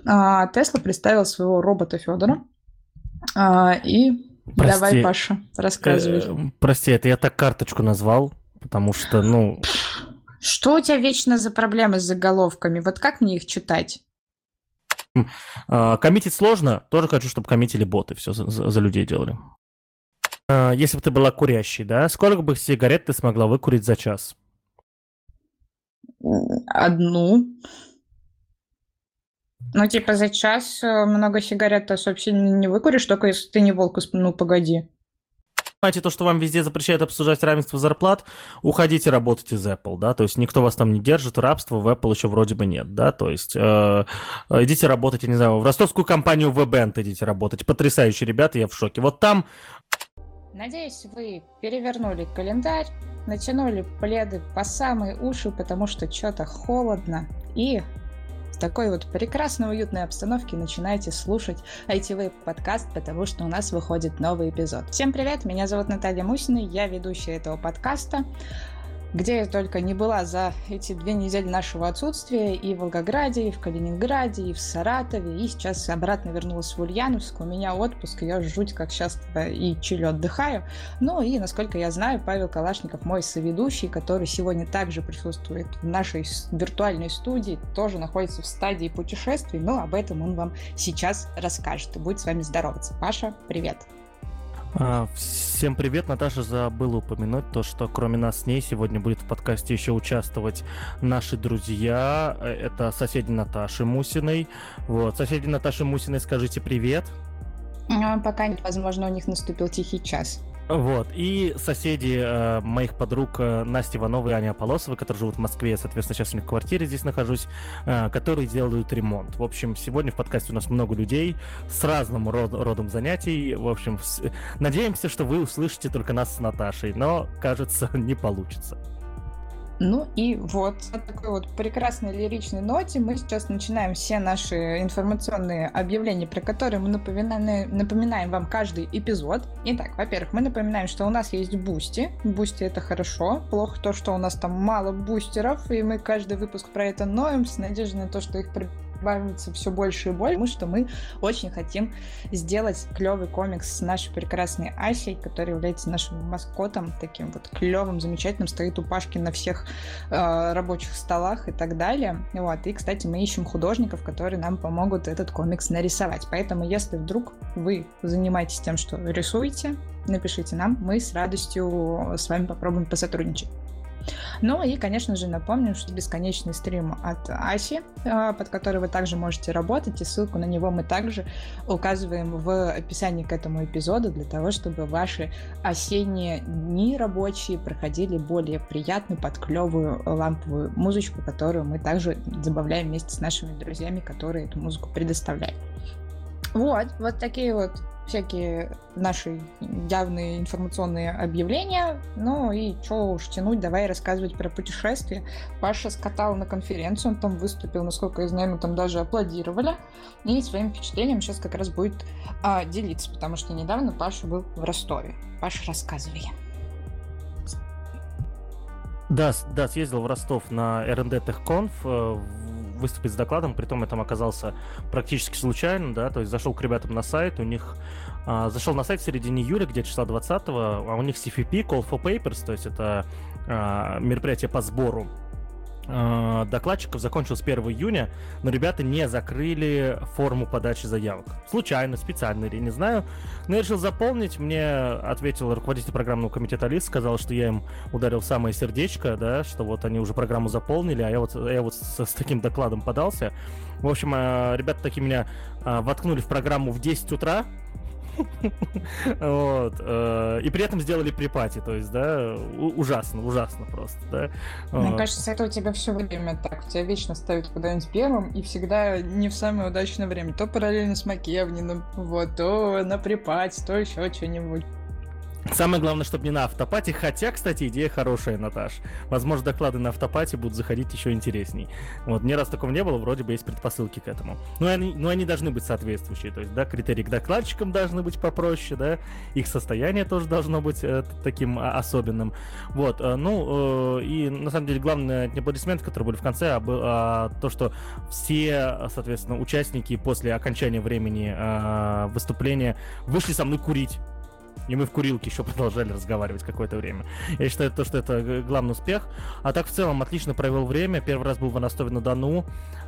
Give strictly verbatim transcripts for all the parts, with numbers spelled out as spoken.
а, Tesla представил своего робота Федора. А, и давай, Прости, Паша, рассказывай. э, прости, это я так карточку назвал, потому что, ну, Что у тебя вечно за проблемы с заголовками? Вот как мне их читать? м, а, коммитить сложно, тоже хочу, чтобы коммитили боты, все за, за- за людей делали. А, Если бы ты была курящей, да, сколько бы сигарет ты смогла выкурить за час? М, Одну. Ну, типа, за час э, много сигарет ты особо сильно не выкуришь, только если ты не волк из «Ну, погоди». Понимаете, то, что вам везде запрещают обсуждать равенство зарплат, уходите работать из Apple, да, то есть никто вас там не держит, рабства в Apple еще вроде бы нет, да, то есть э, э, идите работать, я не знаю, в ростовскую компанию Webent идите работать, потрясающие ребята, я в шоке. Вот там Надеюсь, вы перевернули календарь, натянули пледы по самые уши, потому что что-то холодно, и в такой вот прекрасной уютной обстановке начинаете слушать ай ти-Wave подкаст, потому что у нас выходит новый эпизод. Всем привет, меня зовут Наталья Мусина, я ведущая этого подкаста. Где я только не была за эти две недели нашего отсутствия, и в Волгограде, и в Калининграде, и в Саратове, и сейчас обратно вернулась в Ульяновск. У меня отпуск, я жуть как часто и чилю отдыхаю. Ну и, насколько я знаю, Павел Калашников, мой соведущий, который сегодня также присутствует в нашей виртуальной студии, тоже находится в стадии путешествий, но об этом он вам сейчас расскажет и будет с вами здороваться. Паша, привет! А, Всем привет, Наташа забыла упомянуть то, что кроме нас с ней сегодня будет в подкасте еще участвовать наши друзья. Э, Это соседи Наташи Мусиной. Вот, соседи Наташи Мусиной, скажите привет. А, Пока нет, возможно, у них наступил тихий час. Вот, и соседи э, моих подруг э, Настя Иванова и Аня Полосова, которые живут в Москве, я, соответственно, сейчас у них в квартире здесь нахожусь, э, которые делают ремонт. В общем, сегодня в подкасте у нас много людей с разным род- родом занятий. В общем, с- надеемся, что вы услышите только нас с Наташей, но, кажется, не получится. Ну и вот на такой вот прекрасной лиричной ноте мы сейчас начинаем все наши информационные объявления, про которые мы напоминаем, напоминаем вам каждый эпизод. Итак, во-первых, мы напоминаем, что у нас есть Бусти. Бусти — это хорошо. Плохо то, что у нас там мало бустеров, и мы каждый выпуск про это ноем с надеждой на то, что их прибавится все больше и больше, потому что мы очень хотим сделать клевый комикс с нашей прекрасной Асей, которая является нашим маскотом, таким вот клевым, замечательным, стоит у Пашки на всех э, рабочих столах и так далее. Вот. И, кстати, мы ищем художников, которые нам помогут этот комикс нарисовать. Поэтому, если вдруг вы занимаетесь тем, что рисуете, напишите нам, мы с радостью с вами попробуем посотрудничать. Ну и, конечно же, напомню, что бесконечный стрим от Аси, под который вы также можете работать, и ссылку на него мы также указываем в описании к этому эпизоду, для того, чтобы ваши осенние дни рабочие проходили более приятно под клевую ламповую музычку, которую мы также добавляем вместе с нашими друзьями, которые эту музыку предоставляют. Вот, вот такие вот всякие наши явные информационные объявления. Ну и что уж тянуть, давай рассказывать про путешествия. Паша скатал на конференцию, он там выступил, насколько я знаю, ему там даже аплодировали. И своим впечатлением сейчас как раз будет а, делиться, потому что недавно Паша был в Ростове. Паша, рассказывай. Да, с- да, съездил в Ростов на эр эн ди TechConf, э, выступить с докладом, притом я там оказался практически случайно, да, то есть зашел к ребятам на сайт, у них а, зашел на сайт в середине июля, где числа двадцатого, а у них си эф пи, Call for Papers, то есть это а, мероприятие по сбору а, докладчиков, закончилось первого июня, но ребята не закрыли форму подачи заявок. Случайно, специально или не знаю, но я решил заполнить, мне ответил руководитель программного комитета Алис, сказал, что я им ударил в самое сердечко, да, что вот они уже программу заполнили, а я вот, я вот с, с таким докладом подался. В общем, а, ребята такие меня а, воткнули в программу в десять утра, вот, э, и при этом сделали припати, то есть, да, у- ужасно, ужасно просто, да. Мне Вот. кажется, это у тебя все время так. Тебя вечно ставят куда-нибудь первым, и всегда не в самое удачное время. То параллельно с Макевниным, вот, то на припать, то еще что-нибудь. Самое главное, чтобы не на автопате, хотя, кстати, идея хорошая, Наташ. Возможно, доклады на автопате будут заходить еще интересней. Вот, ни раз такого не было, вроде бы есть предпосылки к этому. Но они, но они должны быть соответствующие, то есть, да, критерии к докладчикам должны быть попроще, да, их состояние тоже должно быть э, таким а, особенным. Вот, э, ну, э, и, на самом деле, главное, не аплодисменты, которые были в конце, а, а то, что все, соответственно, участники после окончания времени э, выступления вышли со мной курить. И мы в курилке еще продолжали разговаривать какое-то время. Я считаю, то, что это главный успех. А так, в целом, отлично провел время. Первый раз был в Ростове-на-Дону.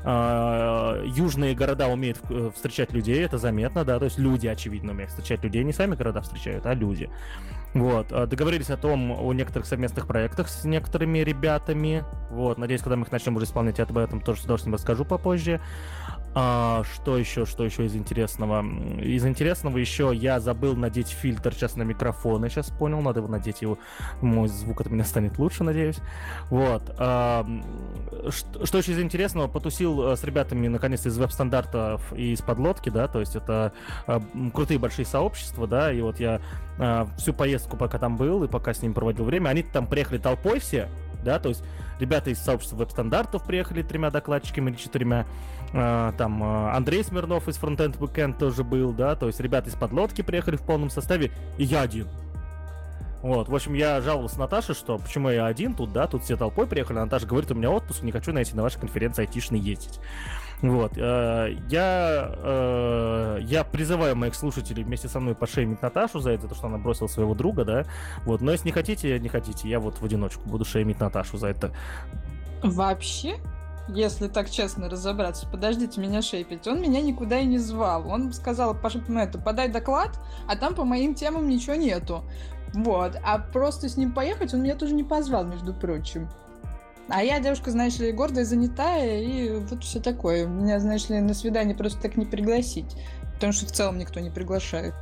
Южные города умеют встречать людей, это заметно, да. То есть люди, очевидно, умеют встречать людей. Не сами города встречают, а люди. Вот. Договорились о том, о некоторых совместных проектах с некоторыми ребятами. Вот. Надеюсь, когда мы их начнем уже исполнять, я об этом тоже с удовольствием расскажу попозже. А, что еще, что еще из интересного? Из интересного еще я забыл надеть фильтр сейчас на микрофон. Я сейчас понял, надо его надеть, его, мой звук от меня станет лучше, надеюсь. Вот. А, что, что еще из интересного? Потусил с ребятами, наконец-то, из веб-стандартов и из подлодки, да, то есть это а, крутые большие сообщества, да, и вот я а, всю поездку, пока там был и пока с ними проводил время, они там приехали толпой все, да, то есть ребята из сообщества веб-стандартов приехали тремя докладчиками или четырьмя, а, там а, Андрей Смирнов из Frontend Weekend тоже был, да, то есть ребята из подлодки приехали в полном составе, и я один. Вот, в общем, я жаловался Наташе, что почему я один тут, да, тут все толпой приехали, Наташа говорит, у меня отпуск, не хочу на эти, на ваши конференции айтишные ездить. Вот, э, я, э, я призываю моих слушателей вместе со мной пошеймить Наташу за это, то, что она бросила своего друга, да, вот, но если не хотите, не хотите, я вот в одиночку буду шеймить Наташу за это. Вообще, если так честно разобраться, подождите меня шейпить, он меня никуда и не звал, он сказал, это, подай доклад, а там по моим темам ничего нету, вот, а просто с ним поехать он меня тоже не позвал, между прочим. А я девушка, знаешь ли, гордая, занятая, и вот все такое. Меня, знаешь ли, на свидание просто так не пригласить, потому что в целом никто не приглашает.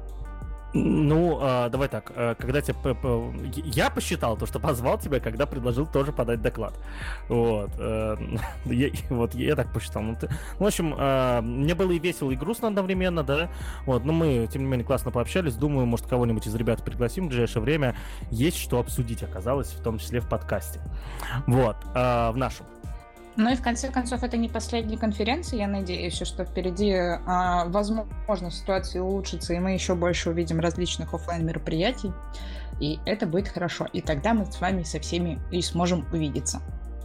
Ну, э, давай так, э, когда тебя... Я посчитал то, что позвал тебя, когда предложил тоже подать доклад. Вот. Э, я, вот, я так посчитал. Ну, ты... В общем, э, мне было и весело, и грустно одновременно, да. Вот, но мы, тем не менее, классно пообщались. Думаю, может, кого-нибудь из ребят пригласим в ближайшее время. Есть что обсудить, оказалось, в том числе в подкасте. Вот, э, в нашем. Ну и в конце концов, это не последняя конференция, я надеюсь, что впереди, а, возможно, ситуация улучшится, и мы еще больше увидим различных офлайн мероприятий, и это будет хорошо. И тогда мы с вами со всеми и сможем увидеться.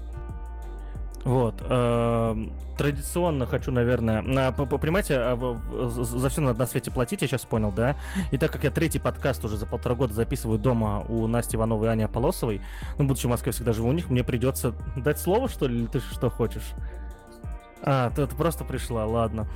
Вот. Э, традиционно хочу, наверное... Понимаете, за все надо на свете платить, я сейчас понял, да? И так как я третий подкаст уже за полтора года записываю дома у Насти Ивановой и Ани Аполосовой, ну, будучи в Москве, всегда живу у них, мне придется дать слово, что ли, или ты что хочешь? А, ты, ты просто пришла, ладно.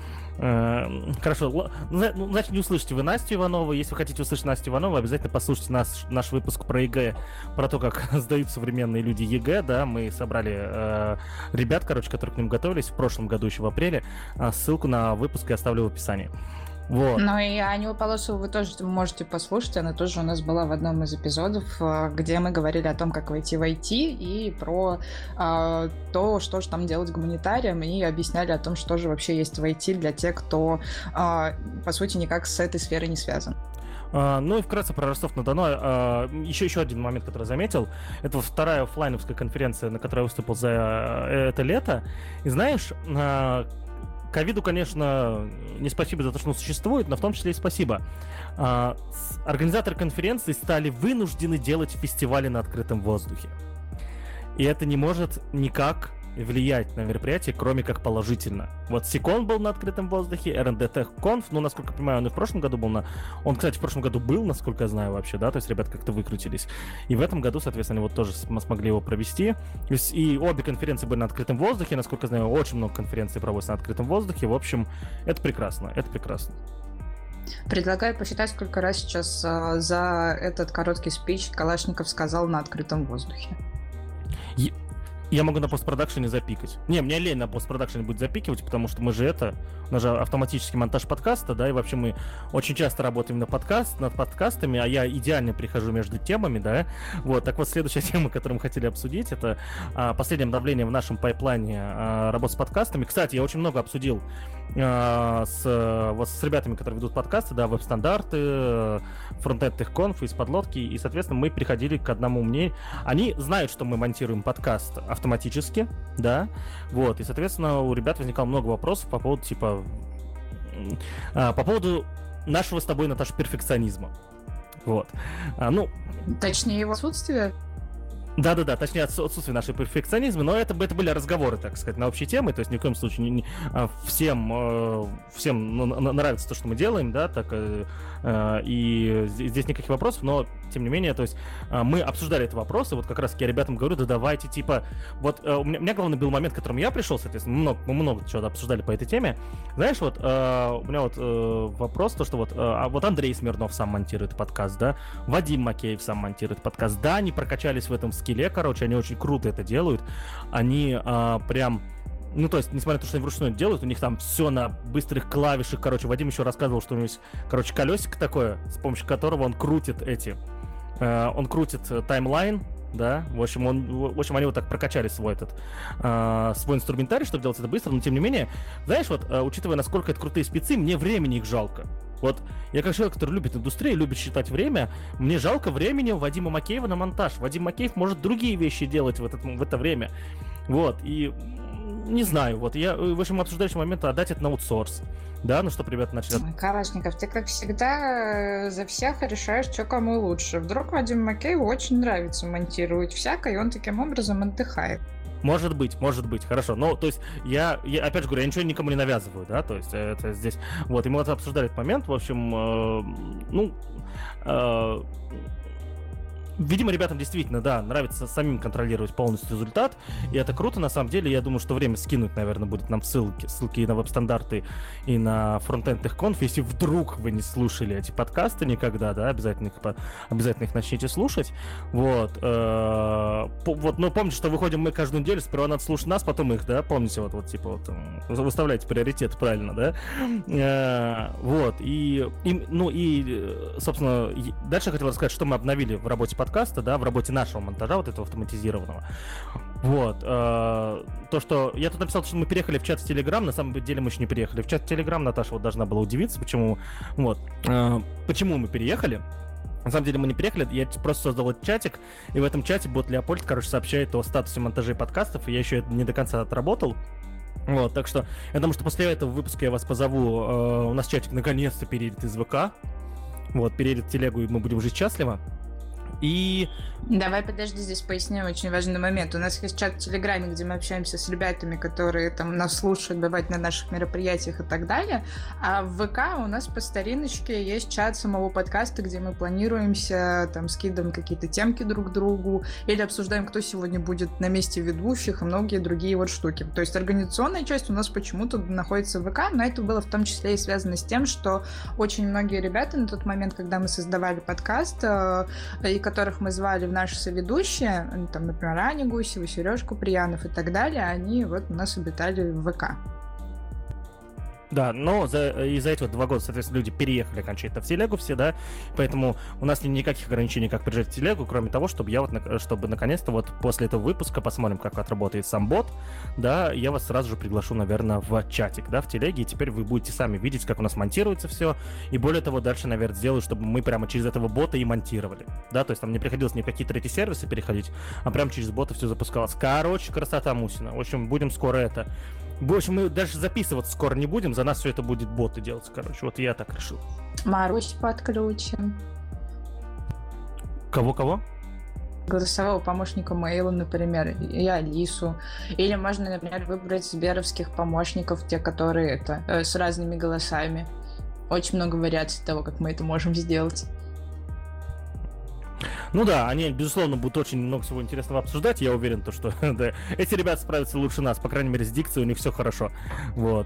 Э, хорошо, ну, значит, не услышите вы Настю Иванову. Если вы хотите услышать Настю Иванову, обязательно послушайте нас, наш выпуск про ЕГЭ, про то, как сдают современные люди ЕГЭ, да, мы собрали э, ребят, короче, которые к ним готовились в прошлом году, еще в апреле. Ссылку на выпуск я оставлю в описании. Вот. Ну и Аню Полосову вы тоже можете послушать, она тоже у нас была в одном из эпизодов, где мы говорили о том, как войти в ай ти и про э, то, что же там делать гуманитариям, и объясняли о том, что же вообще есть в ай ти для тех, кто, э, по сути, никак с этой сферой не связан. Uh, ну и вкратце про Ростов-на-Дону. Uh, еще, еще один момент, который заметил. Это вторая офлайновская конференция, на которой я выступил за uh, это лето. И знаешь, uh, ковиду, конечно, не спасибо за то, что он существует, но в том числе и спасибо. Uh, организаторы конференции стали вынуждены делать фестивали на открытом воздухе. И это не может никак влиять на мероприятие, кроме как положительно. Вот Сикон был на открытом воздухе, эр эн ди Tech Conf, ну, насколько я понимаю, он и в прошлом году был на... Он, кстати, в прошлом году был, насколько я знаю вообще, да, то есть ребята как-то выкрутились. И в этом году, соответственно, вот тоже смогли его провести. И обе конференции были на открытом воздухе, насколько я знаю, очень много конференций проводится на открытом воздухе. В общем, это прекрасно, это прекрасно. Предлагаю посчитать, сколько раз сейчас а, за этот короткий спич Калашников сказал на открытом воздухе. Е- Я могу на постпродакшене запикать. Не, мне лень на постпродакшене будет запикивать, потому что мы же это... У нас же автоматический монтаж подкаста, да, и вообще мы очень часто работаем на подкаст, над подкастами, а я идеально прихожу между темами, да. Вот, так вот, следующая тема, которую мы хотели обсудить, это а, последнее обновление в нашем пайплайне а, работы с подкастами. Кстати, я очень много обсудил э, с, вот с ребятами, которые ведут подкасты, да, веб-стандарты, Frontend TechConf из подлодки, и, соответственно, мы приходили к одному мнению. Они знают, что мы монтируем подкаст автоматически, да, вот, и, соответственно, у ребят возникало много вопросов по поводу, типа, э, по поводу нашего с тобой, Наташа, перфекционизма. Вот. А, ну, точнее, его отсутствие. Да-да-да, точнее, отсутствие нашего перфекционизма, но это, это были разговоры, так сказать, на общие темы, то есть ни в коем случае не, не, всем, всем ну, нравится то, что мы делаем, да, так, и здесь никаких вопросов, но, тем не менее, то есть мы обсуждали эти вопросы, вот как раз-таки я ребятам говорю, да давайте, типа, вот у меня, у меня главный был момент, к которому я пришел, соответственно, мы много, мы много чего обсуждали по этой теме, знаешь, вот у меня вот вопрос, то, что вот, вот Андрей Смирнов сам монтирует подкаст, да, Вадим Макеев сам монтирует подкаст, да, они прокачались в этом скилле, короче, они очень круто это делают, они а, прям, ну, то есть, несмотря на то, что они вручную это делают, у них там все на быстрых клавишах, короче, Вадим еще рассказывал, что у него есть, короче, колесико такое, с помощью которого он крутит эти, а, он крутит таймлайн, да, в общем, он, в общем, они вот так прокачали свой этот, э, свой инструментарий, чтобы делать это быстро, но тем не менее, знаешь, вот, э, учитывая, насколько это крутые спецы, мне времени их жалко. Вот, я как человек, который любит индустрию, любит считать время, мне жалко времени Вадима Макеева на монтаж. Вадим Макеев может другие вещи делать в, этот, в это время. Вот, и не знаю, вот, я, в общем, обсуждающий момент отдать это на аутсорс. Да, ну чтобы ребята начали... Калашников, ты, как всегда, за всех решаешь, что кому лучше. Вдруг Вадиму Макееву очень нравится монтировать всякое, и он таким образом отдыхает. Может быть, может быть, хорошо. Но, то есть, я, я опять же говорю, я ничего никому не навязываю, да, то есть, это здесь... Вот, и мы вот обсуждали этот момент, в общем, э, ну... Э, Видимо, ребятам действительно, да, нравится самим контролировать полностью результат, и это круто, на самом деле. Я думаю, что время скинуть, наверное, будет нам ссылки, ссылки и на веб-стандарты, и на Frontend TechConf. Если вдруг вы не слушали эти подкасты никогда, да, обязательно их, обязательно их начните слушать. Вот, вот, но помните, что выходим мы каждую неделю, сперва надо слушать нас, потом их, да, помните, вот, вот типа, вот, выставляйте приоритет, правильно, да? Вот, и, и, ну, и, собственно, дальше я хотел рассказать, что мы обновили в работе подкаста, подкаста, да, в работе нашего монтажа, вот этого автоматизированного. Вот. Э, то, что... Я тут написал, что мы переехали в чат в Телеграм, на самом деле мы еще не переехали в чат в Телеграм, Наташа вот должна была удивиться, почему... Вот. Э, почему мы переехали. На самом деле мы не приехали, я просто создал этот чатик, и в этом чате бот Леопольд, короче, сообщает о статусе монтажей подкастов, и я еще это не до конца отработал. Вот, так что я думаю, что после этого выпуска я вас позову. Э, у нас чатик наконец-то переедет из ВК. Вот, переедет в телегу, и мы будем жить счастливо. И... Давай, подожди, здесь поясню очень важный момент. У нас есть чат в Телеграме, где мы общаемся с ребятами, которые там нас слушают, бывают на наших мероприятиях и так далее. А в ВК у нас по стариночке есть чат самого подкаста, где мы планируемся, там, скидываем какие-то темки друг другу или обсуждаем, кто сегодня будет на месте ведущих и многие другие вот штуки. То есть организационная часть у нас почему-то находится в ВК, но это было в том числе и связано с тем, что очень многие ребята на тот момент, когда мы создавали подкаст, и которых мы звали в наши соведущие, там, например, Аня Гусева, Сережа Куприянов и так далее, они вот у нас обитали в ВК. Да, но за, из-за этого два года, соответственно, люди переехали окончательно в телегу все, да, поэтому у нас нет никаких ограничений, как приезжать в телегу, кроме того, чтобы я вот, чтобы наконец-то вот после этого выпуска посмотрим, как отработает сам бот, да, я вас сразу же приглашу, наверное, в чатик, да, в телеге, и теперь вы будете сами видеть, как у нас монтируется все, и более того, дальше, наверное, сделаю, чтобы мы прямо через этого бота и монтировали, да, то есть там не приходилось ни в какие третьи сервисы переходить, а прямо через бота все запускалось. Короче, красота Мусина. В общем, будем скоро это... В общем, мы дальше записываться скоро не будем, за нас все это будет боты делать, короче. Вот я так решил. Марусь подключим. Кого-кого? Голосового помощника Мейла, например, и Алису. Или можно, например, выбрать сберовских помощников, те, которые это, э, с разными голосами. Очень много вариаций того, как мы это можем сделать. Ну да, они, безусловно, будут очень много всего интересного обсуждать. Я уверен, то, что да, эти ребята справятся лучше нас. По крайней мере, с дикцией у них все хорошо. Вот.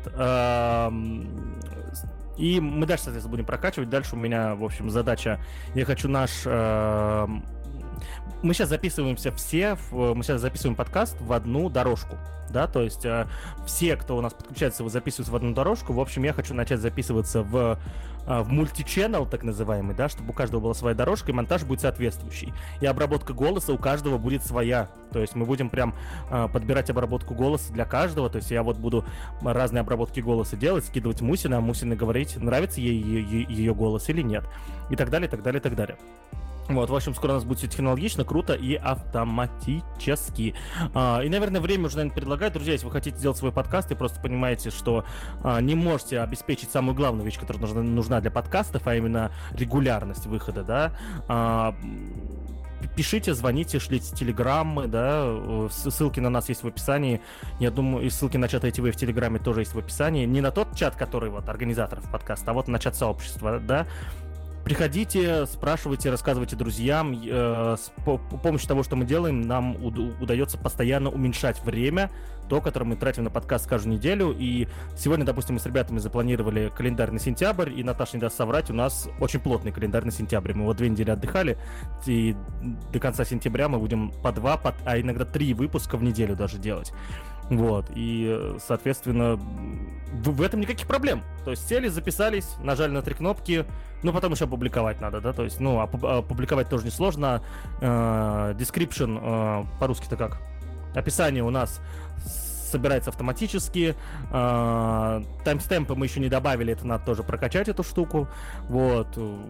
И мы дальше, соответственно, будем прокачивать. Дальше у меня, в общем, задача... Я хочу наш... мы сейчас записываемся все, в, мы сейчас записываем подкаст в одну дорожку, да, то есть э, все, кто у нас подключается, записываются в одну дорожку. В общем, я хочу начать записываться в, э, в мульти-ченнел, так называемый, да, чтобы у каждого была своя дорожка, и монтаж будет соответствующий. И обработка голоса у каждого будет своя, то есть мы будем прям э, подбирать обработку голоса для каждого, то есть я вот буду разные обработки голоса делать, скидывать Мусина, а Мусина говорить, нравится ей ее, ее голос или нет, и так далее, и так далее, и так далее. Вот, в общем, скоро у нас будет все технологично, круто и автоматически. А, и, наверное, время уже, наверное, предлагает. Друзья, если вы хотите сделать свой подкаст и просто понимаете, что а, не можете обеспечить самую главную вещь, которая нужна, нужна для подкастов, а именно регулярность выхода, да, а, пишите, звоните, шлите телеграммы, да, ссылки на нас есть в описании. Я думаю, и ссылки на чат ай ти ви в телеграме тоже есть в описании. Не на тот чат, который вот организаторов подкаста, а вот на чат сообщества, да. Приходите, спрашивайте, рассказывайте друзьям. Э, с по- помощью того, что мы делаем, нам уд- удается постоянно уменьшать время, то, которое мы тратим на подкаст каждую неделю. И сегодня, допустим, мы с ребятами запланировали календарь на сентябрь, и Наташа не даст соврать, у нас очень плотный календарь на сентябрь. Мы вот две недели отдыхали, и до конца сентября мы будем по два, по, а иногда три выпуска в неделю даже делать. Вот, и, соответственно, в, в этом никаких проблем. То есть сели, записались, нажали на три кнопки, ну, потом еще опубликовать надо, да, то есть, ну, опубликовать тоже несложно. Uh, description, uh, по-русски-то как? Описание у нас собирается автоматически. Uh, таймстемпы мы еще не добавили, это надо тоже прокачать эту штуку. Вот.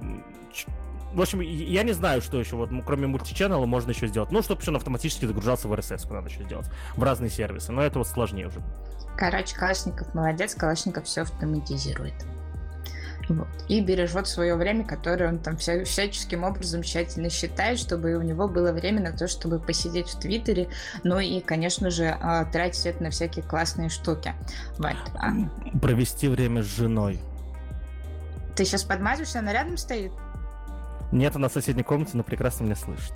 В общем, я не знаю, что еще, вот, кроме мультиченнела, можно еще сделать. Ну, чтобы он автоматически загружался в эр эс эс, надо еще сделать. В разные сервисы, но это вот сложнее уже. Короче, Калашников молодец, Калашников все автоматизирует. Вот. И бережет свое время, которое он там вся, всяческим образом тщательно считает, чтобы у него было время на то, чтобы посидеть в Твиттере, ну и, конечно же, тратить это на всякие классные штуки. Вот. А... Провести время с женой. Ты сейчас подмазываешься, она рядом стоит? Нет, она в соседней комнате, но прекрасно меня слышит.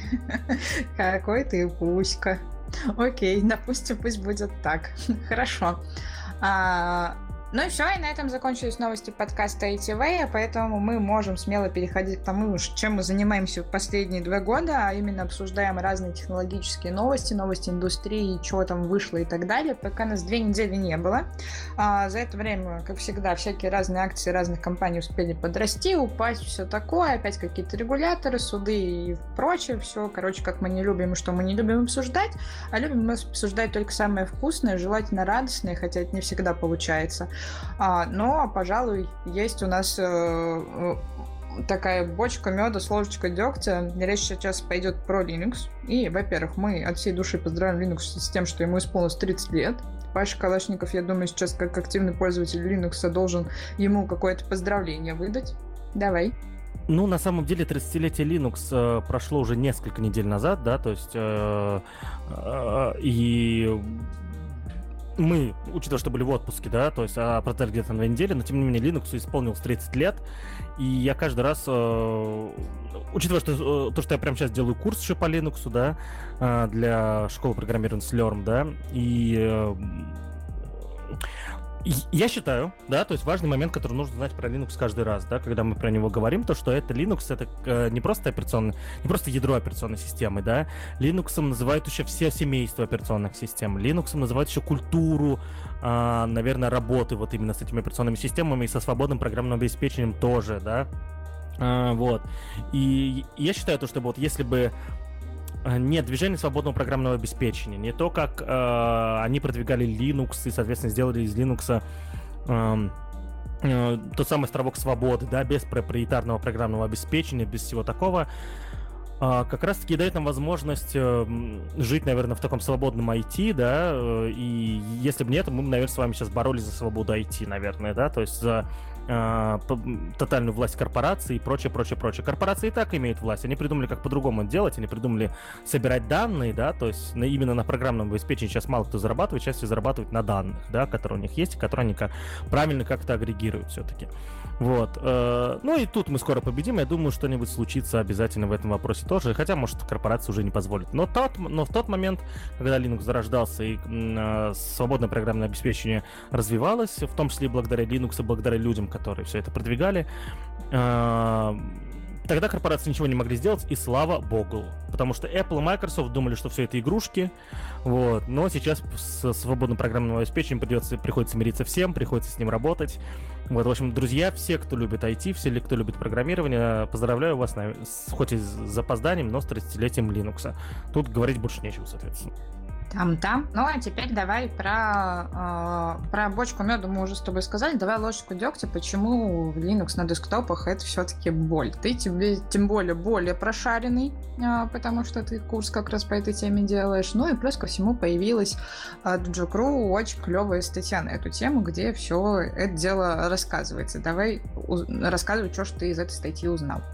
Какой ты пуська. Окей, допустим, пусть будет так. Хорошо. А, ну и все, и на этом закончились новости подкаста эй ти ви, поэтому мы можем смело переходить к тому, чем мы занимаемся в последние два года, а именно обсуждаем разные технологические новости, новости индустрии, что там вышло и так далее. Пока нас две недели не было. А, за это время, как всегда, всякие разные акции разных компаний успели подрасти, упасть, все такое, опять какие-то регуляторы, суды и прочее, все, короче, как мы не любим и что мы не любим обсуждать, а любим мы обсуждать только самое вкусное, желательно радостное, хотя это не всегда получается. А, но, пожалуй, есть у нас э, такая бочка меда с ложечкой дегтя. Речь сейчас пойдет про Linux. И, во-первых, мы от всей души поздравляем Linux с тем, что ему исполнилось тридцать лет. Паша Калашников, я думаю, сейчас как активный пользователь Linux должен ему какое-то поздравление выдать. Давай. Ну, на самом деле, тридцатилетие Linux э, прошло уже несколько недель назад, да, то есть э, э, и мы, учитывая, что были в отпуске, да, то есть а продали где-то на две недели, но тем не менее Linux исполнилось тридцать лет, и я каждый раз, э, учитывая, что то, что я прямо сейчас делаю курс еще по Linux, да, э, для школы программирования Slurm, да, и э, я считаю, да, то есть важный момент, который нужно знать про Linux каждый раз, да, когда мы про него говорим, то что это Linux, это э, не просто операционный, не просто ядро операционной системы, да, Linux называют еще все семейства операционных систем, Linux называют еще культуру, э, наверное, работы вот именно с этими операционными системами и со свободным программным обеспечением тоже, да, э, вот, и я считаю то, что вот если бы нет движения свободного программного обеспечения, не то, как э, они продвигали Linux и, соответственно, сделали из Linux э, э, тот самый островок свободы, да, без проприетарного программного обеспечения, без всего такого, э, как раз-таки дает нам возможность э, жить, наверное, в таком свободном ай ти, да, э, и если бы не это, мы бы, наверное, с вами сейчас боролись за свободу ай ти, наверное, да, то есть за тотальную власть корпораций и прочее, прочее, прочее. Корпорации и так имеют власть. Они придумали, как по-другому делать. Они придумали собирать данные, да, то есть на, именно на программном обеспечении сейчас мало кто зарабатывает, часто зарабатывают на данных, да, которые у них есть, и которые они как, правильно как-то агрегируют все-таки. Вот. Ну и тут мы скоро победим. Я думаю, что-нибудь случится обязательно в этом вопросе тоже. Хотя, может, корпорация уже не позволит. Но, тот, но в тот момент, когда Linux зарождался и э, свободное программное обеспечение развивалось, в том числе и благодаря Linux и благодаря людям, которые все это продвигали, э, тогда корпорации ничего не могли сделать, и слава богу. Потому что Apple и Microsoft думали, что все это игрушки, вот. Но сейчас с свободным программным обеспечением придется, приходится мириться всем, приходится с ним работать. Вот, в общем, друзья, все, кто любит ай ти, все, кто любит программирование, поздравляю вас, с, хоть и с запозданием, но с тридцатилетием Linux. Тут говорить больше нечего, соответственно. Там-там. Ну, а теперь давай про, э, про бочку меда мы уже с тобой сказали. Давай ложечку дегтя, почему Linux на десктопах это все-таки боль. Ты тебе, тем более, более прошаренный, э, потому что ты курс как раз по этой теме делаешь. Ну и плюс ко всему появилась от Джокру очень клевая статья на эту тему, где все это дело рассказывается. Давай уз- рассказывай, что ж ты из этой статьи узнал.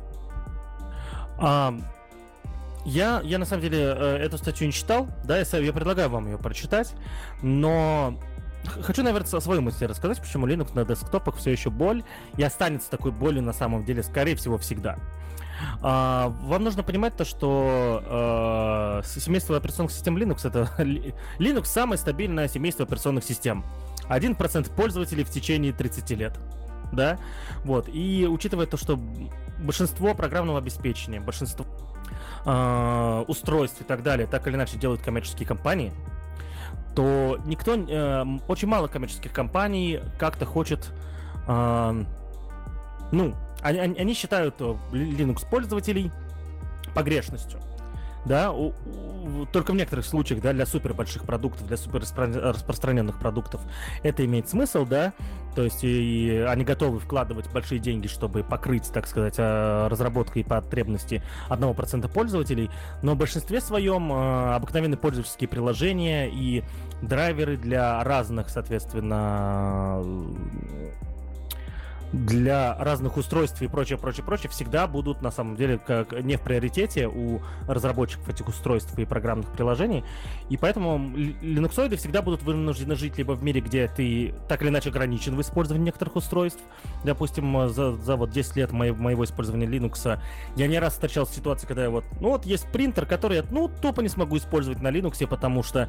Um... Я, я на самом деле эту статью не читал, да, я, я предлагаю вам ее прочитать, но хочу, наверное, о своей мысли рассказать, почему Linux на десктопах все еще боль и останется такой болью на самом деле, скорее всего, всегда. А, вам нужно понимать то, что а, семейство операционных систем Linux — это Linux самое стабильное семейство операционных систем. один процент пользователей в течение тридцати лет. Да, вот, и учитывая то, что большинство программного обеспечения, большинство э, устройств и так далее так или иначе делают коммерческие компании, то никто, э, очень мало коммерческих компаний как-то хочет, э, ну, они, они считают Linux пользователей погрешностью. Да, у, у, только в некоторых случаях, да, для супер больших продуктов, для супер распространенных продуктов это имеет смысл, да, то есть и, и они готовы вкладывать большие деньги, чтобы покрыть, так сказать, разработку и потребности одного процента пользователей, но в большинстве своем обыкновенные пользовательские приложения и драйверы для разных, соответственно, для разных устройств и прочее, прочее, прочее всегда будут на самом деле как не в приоритете у разработчиков этих устройств и программных приложений, и поэтому линуксоиды всегда будут вынуждены жить либо в мире, где ты так или иначе ограничен в использовании некоторых устройств. Допустим, за, за вот десять лет моего, моего использования Linux я не раз встречался в ситуации, когда я вот, ну вот есть принтер, который я, ну, тупо не смогу использовать на Linux, потому что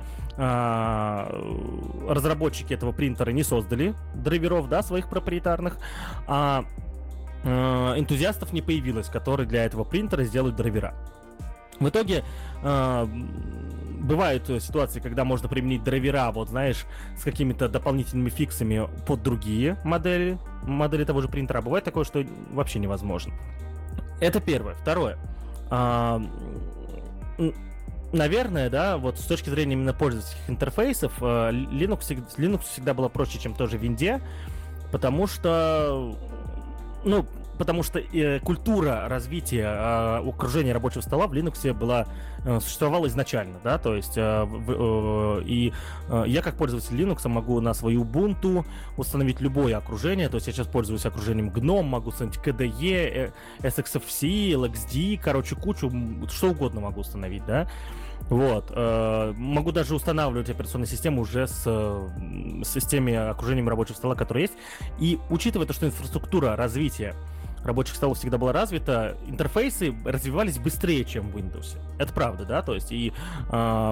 а, разработчики этого принтера не создали драйверов, да, своих проприетарных, а э, энтузиастов не появилось, которые для этого принтера сделают драйвера. В итоге э, бывают ситуации, когда можно применить драйвера, вот знаешь, с какими-то дополнительными фиксами под другие модели, модели того же принтера. Бывает такое, что вообще невозможно. Это первое. Второе. Э, Наверное, да, вот с точки зрения именно пользовательских интерфейсов, э, Linux, Linux всегда было проще, чем тоже Винде. Потому что, ну, потому что э, культура развития э, окружения рабочего стола в Linux была, э, существовала изначально, да, то есть э, в, э, и э, я как пользователь Linux могу на свою Ubuntu установить любое окружение, то есть я сейчас пользуюсь окружением гном, могу установить кей ди и, эс икс эф си, эл экс ди, короче, кучу, что угодно могу установить, да. Вот. Э, могу даже устанавливать операционную систему уже с, с теми окружениями рабочего стола, которые есть. И учитывая то, что инфраструктура развития рабочих столов всегда была развита, интерфейсы развивались быстрее, чем в Windows. Это правда, да? То есть и, э,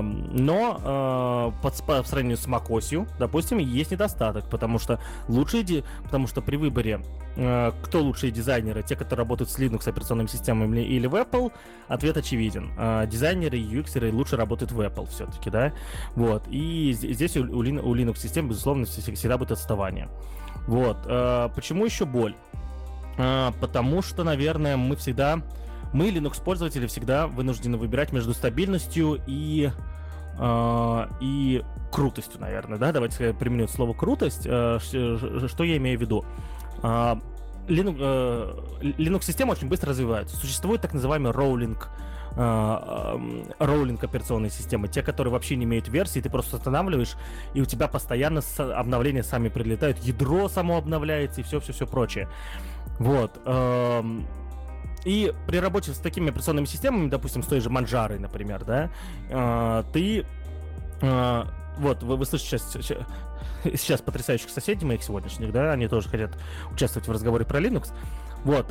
но э, под, по сравнению с macOS, допустим, есть недостаток, потому что лучшие, потому что при выборе э, кто лучшие дизайнеры, те, которые работают с Linux операционными системами или в Apple, ответ очевиден. Э, дизайнеры и ю экс-еры лучше работают в Apple все-таки, да? Вот. И здесь у, у Linux систем, безусловно, всегда будет отставание. Вот. Э, почему еще боль? Uh, потому что, наверное, мы всегда, мы, Linux-пользователи, всегда вынуждены выбирать между стабильностью и, uh, и крутостью, наверное, да? Давайте я применю слово «крутость». Uh, что я имею в виду? Uh, Linux, uh, Linux-системы очень быстро развиваются. Существует так называемый роулинг, роулинг операционной системы, те, которые вообще не имеют версии, ты просто устанавливаешь, и у тебя постоянно обновления сами прилетают, ядро само обновляется и все-все-все прочее. Вот. И при работе с такими операционными системами, допустим, с той же Manjaro, например, да, ты... Вот, вы, вы слышите сейчас, сейчас потрясающих соседей моих сегодняшних, да, они тоже хотят участвовать в разговоре про Linux. Вот.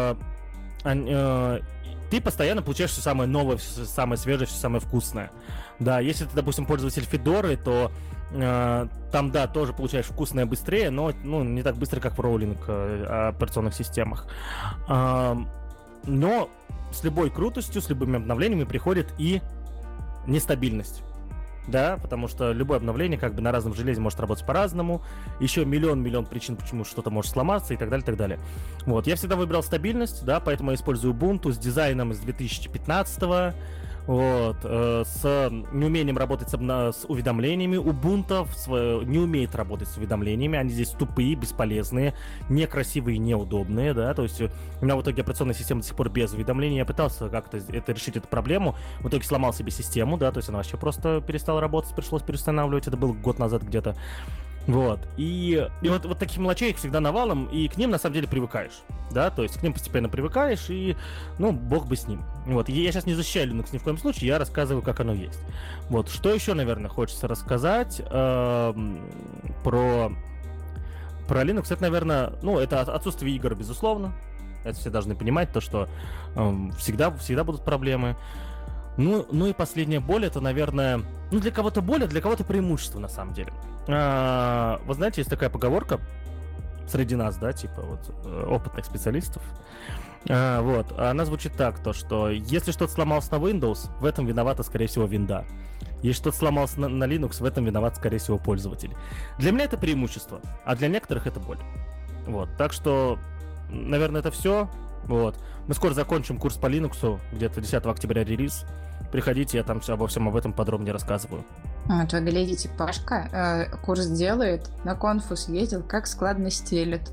Ты постоянно получаешь все самое новое, все самое свежее, все самое вкусное. Да, если ты, допустим, пользователь Fedora, то э, там, да, тоже получаешь вкусное быстрее, но ну, не так быстро, как в роулинг э, операционных системах. Э, но с любой крутостью, с любыми обновлениями приходит и нестабильность. Да, потому что любое обновление как бы на разном железе может работать по-разному. Еще миллион-миллион причин, почему что-то может сломаться и так далее, и так далее. Вот, я всегда выбирал стабильность, да, поэтому я использую Ubuntu с дизайном из две тысячи пятнадцатого. Вот, э, с неумением работать с, обна- с уведомлениями. Ubuntu в, не умеет работать с уведомлениями. Они здесь тупые, бесполезные, некрасивые, неудобные, да. То есть у меня в итоге операционная система до сих пор без уведомлений. Я пытался как-то это решить эту проблему. В итоге сломал себе систему, да, то есть она вообще просто перестала работать, пришлось переустанавливать. Это было год назад где-то. Вот, и, и вот, вот таких мелочей их всегда навалом, и к ним на самом деле привыкаешь, да, то есть к ним постепенно привыкаешь, и, ну, бог бы с ним. Вот, и я сейчас не защищаю Linux ни в коем случае, я рассказываю, как оно есть. Вот, что еще, наверное, хочется рассказать э, про, про Linux, это, наверное, ну, это отсутствие игр, безусловно, это все должны понимать, то, что э, всегда, всегда будут проблемы. Ну, ну и последняя боль, это, наверное, ну для кого-то боль, а для кого-то преимущество, на самом деле. А, вы знаете, есть такая поговорка среди нас, да, типа вот опытных специалистов. А, вот, она звучит так, то что если что-то сломалось на Windows, в этом виновата, скорее всего, винда. Если что-то сломалось на, на Linux, в этом виноват, скорее всего, пользователь. Для меня это преимущество, а для некоторых это боль. Вот, так что, наверное, это все. Вот. Мы скоро закончим курс по Linux, где-то десятого октября релиз. Приходите, я там все, обо всем об этом подробнее рассказываю. Вот вы глядите, Пашка э, курс делает, на конфус ездил, как складно стелет.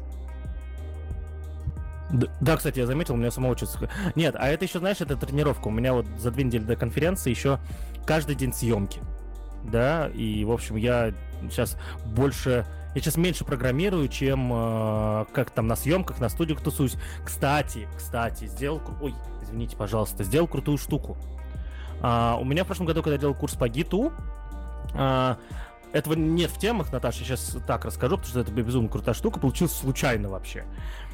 Да, да, кстати, я заметил, у меня самого чувство... Нет, а это еще, знаешь, это тренировка. У меня вот за две недели до конференции еще каждый день съемки. Да, и, в общем, я сейчас больше... Я сейчас меньше программирую, чем э, как там на съемках, на студиях тусуюсь. Кстати, кстати, сделал... Ой, извините, пожалуйста, сделал крутую штуку. Uh, у меня в прошлом году, когда я делал курс по гиту, uh, этого нет в темах, Наташа, сейчас так расскажу, потому что это безумно крутая штука, получилось случайно вообще.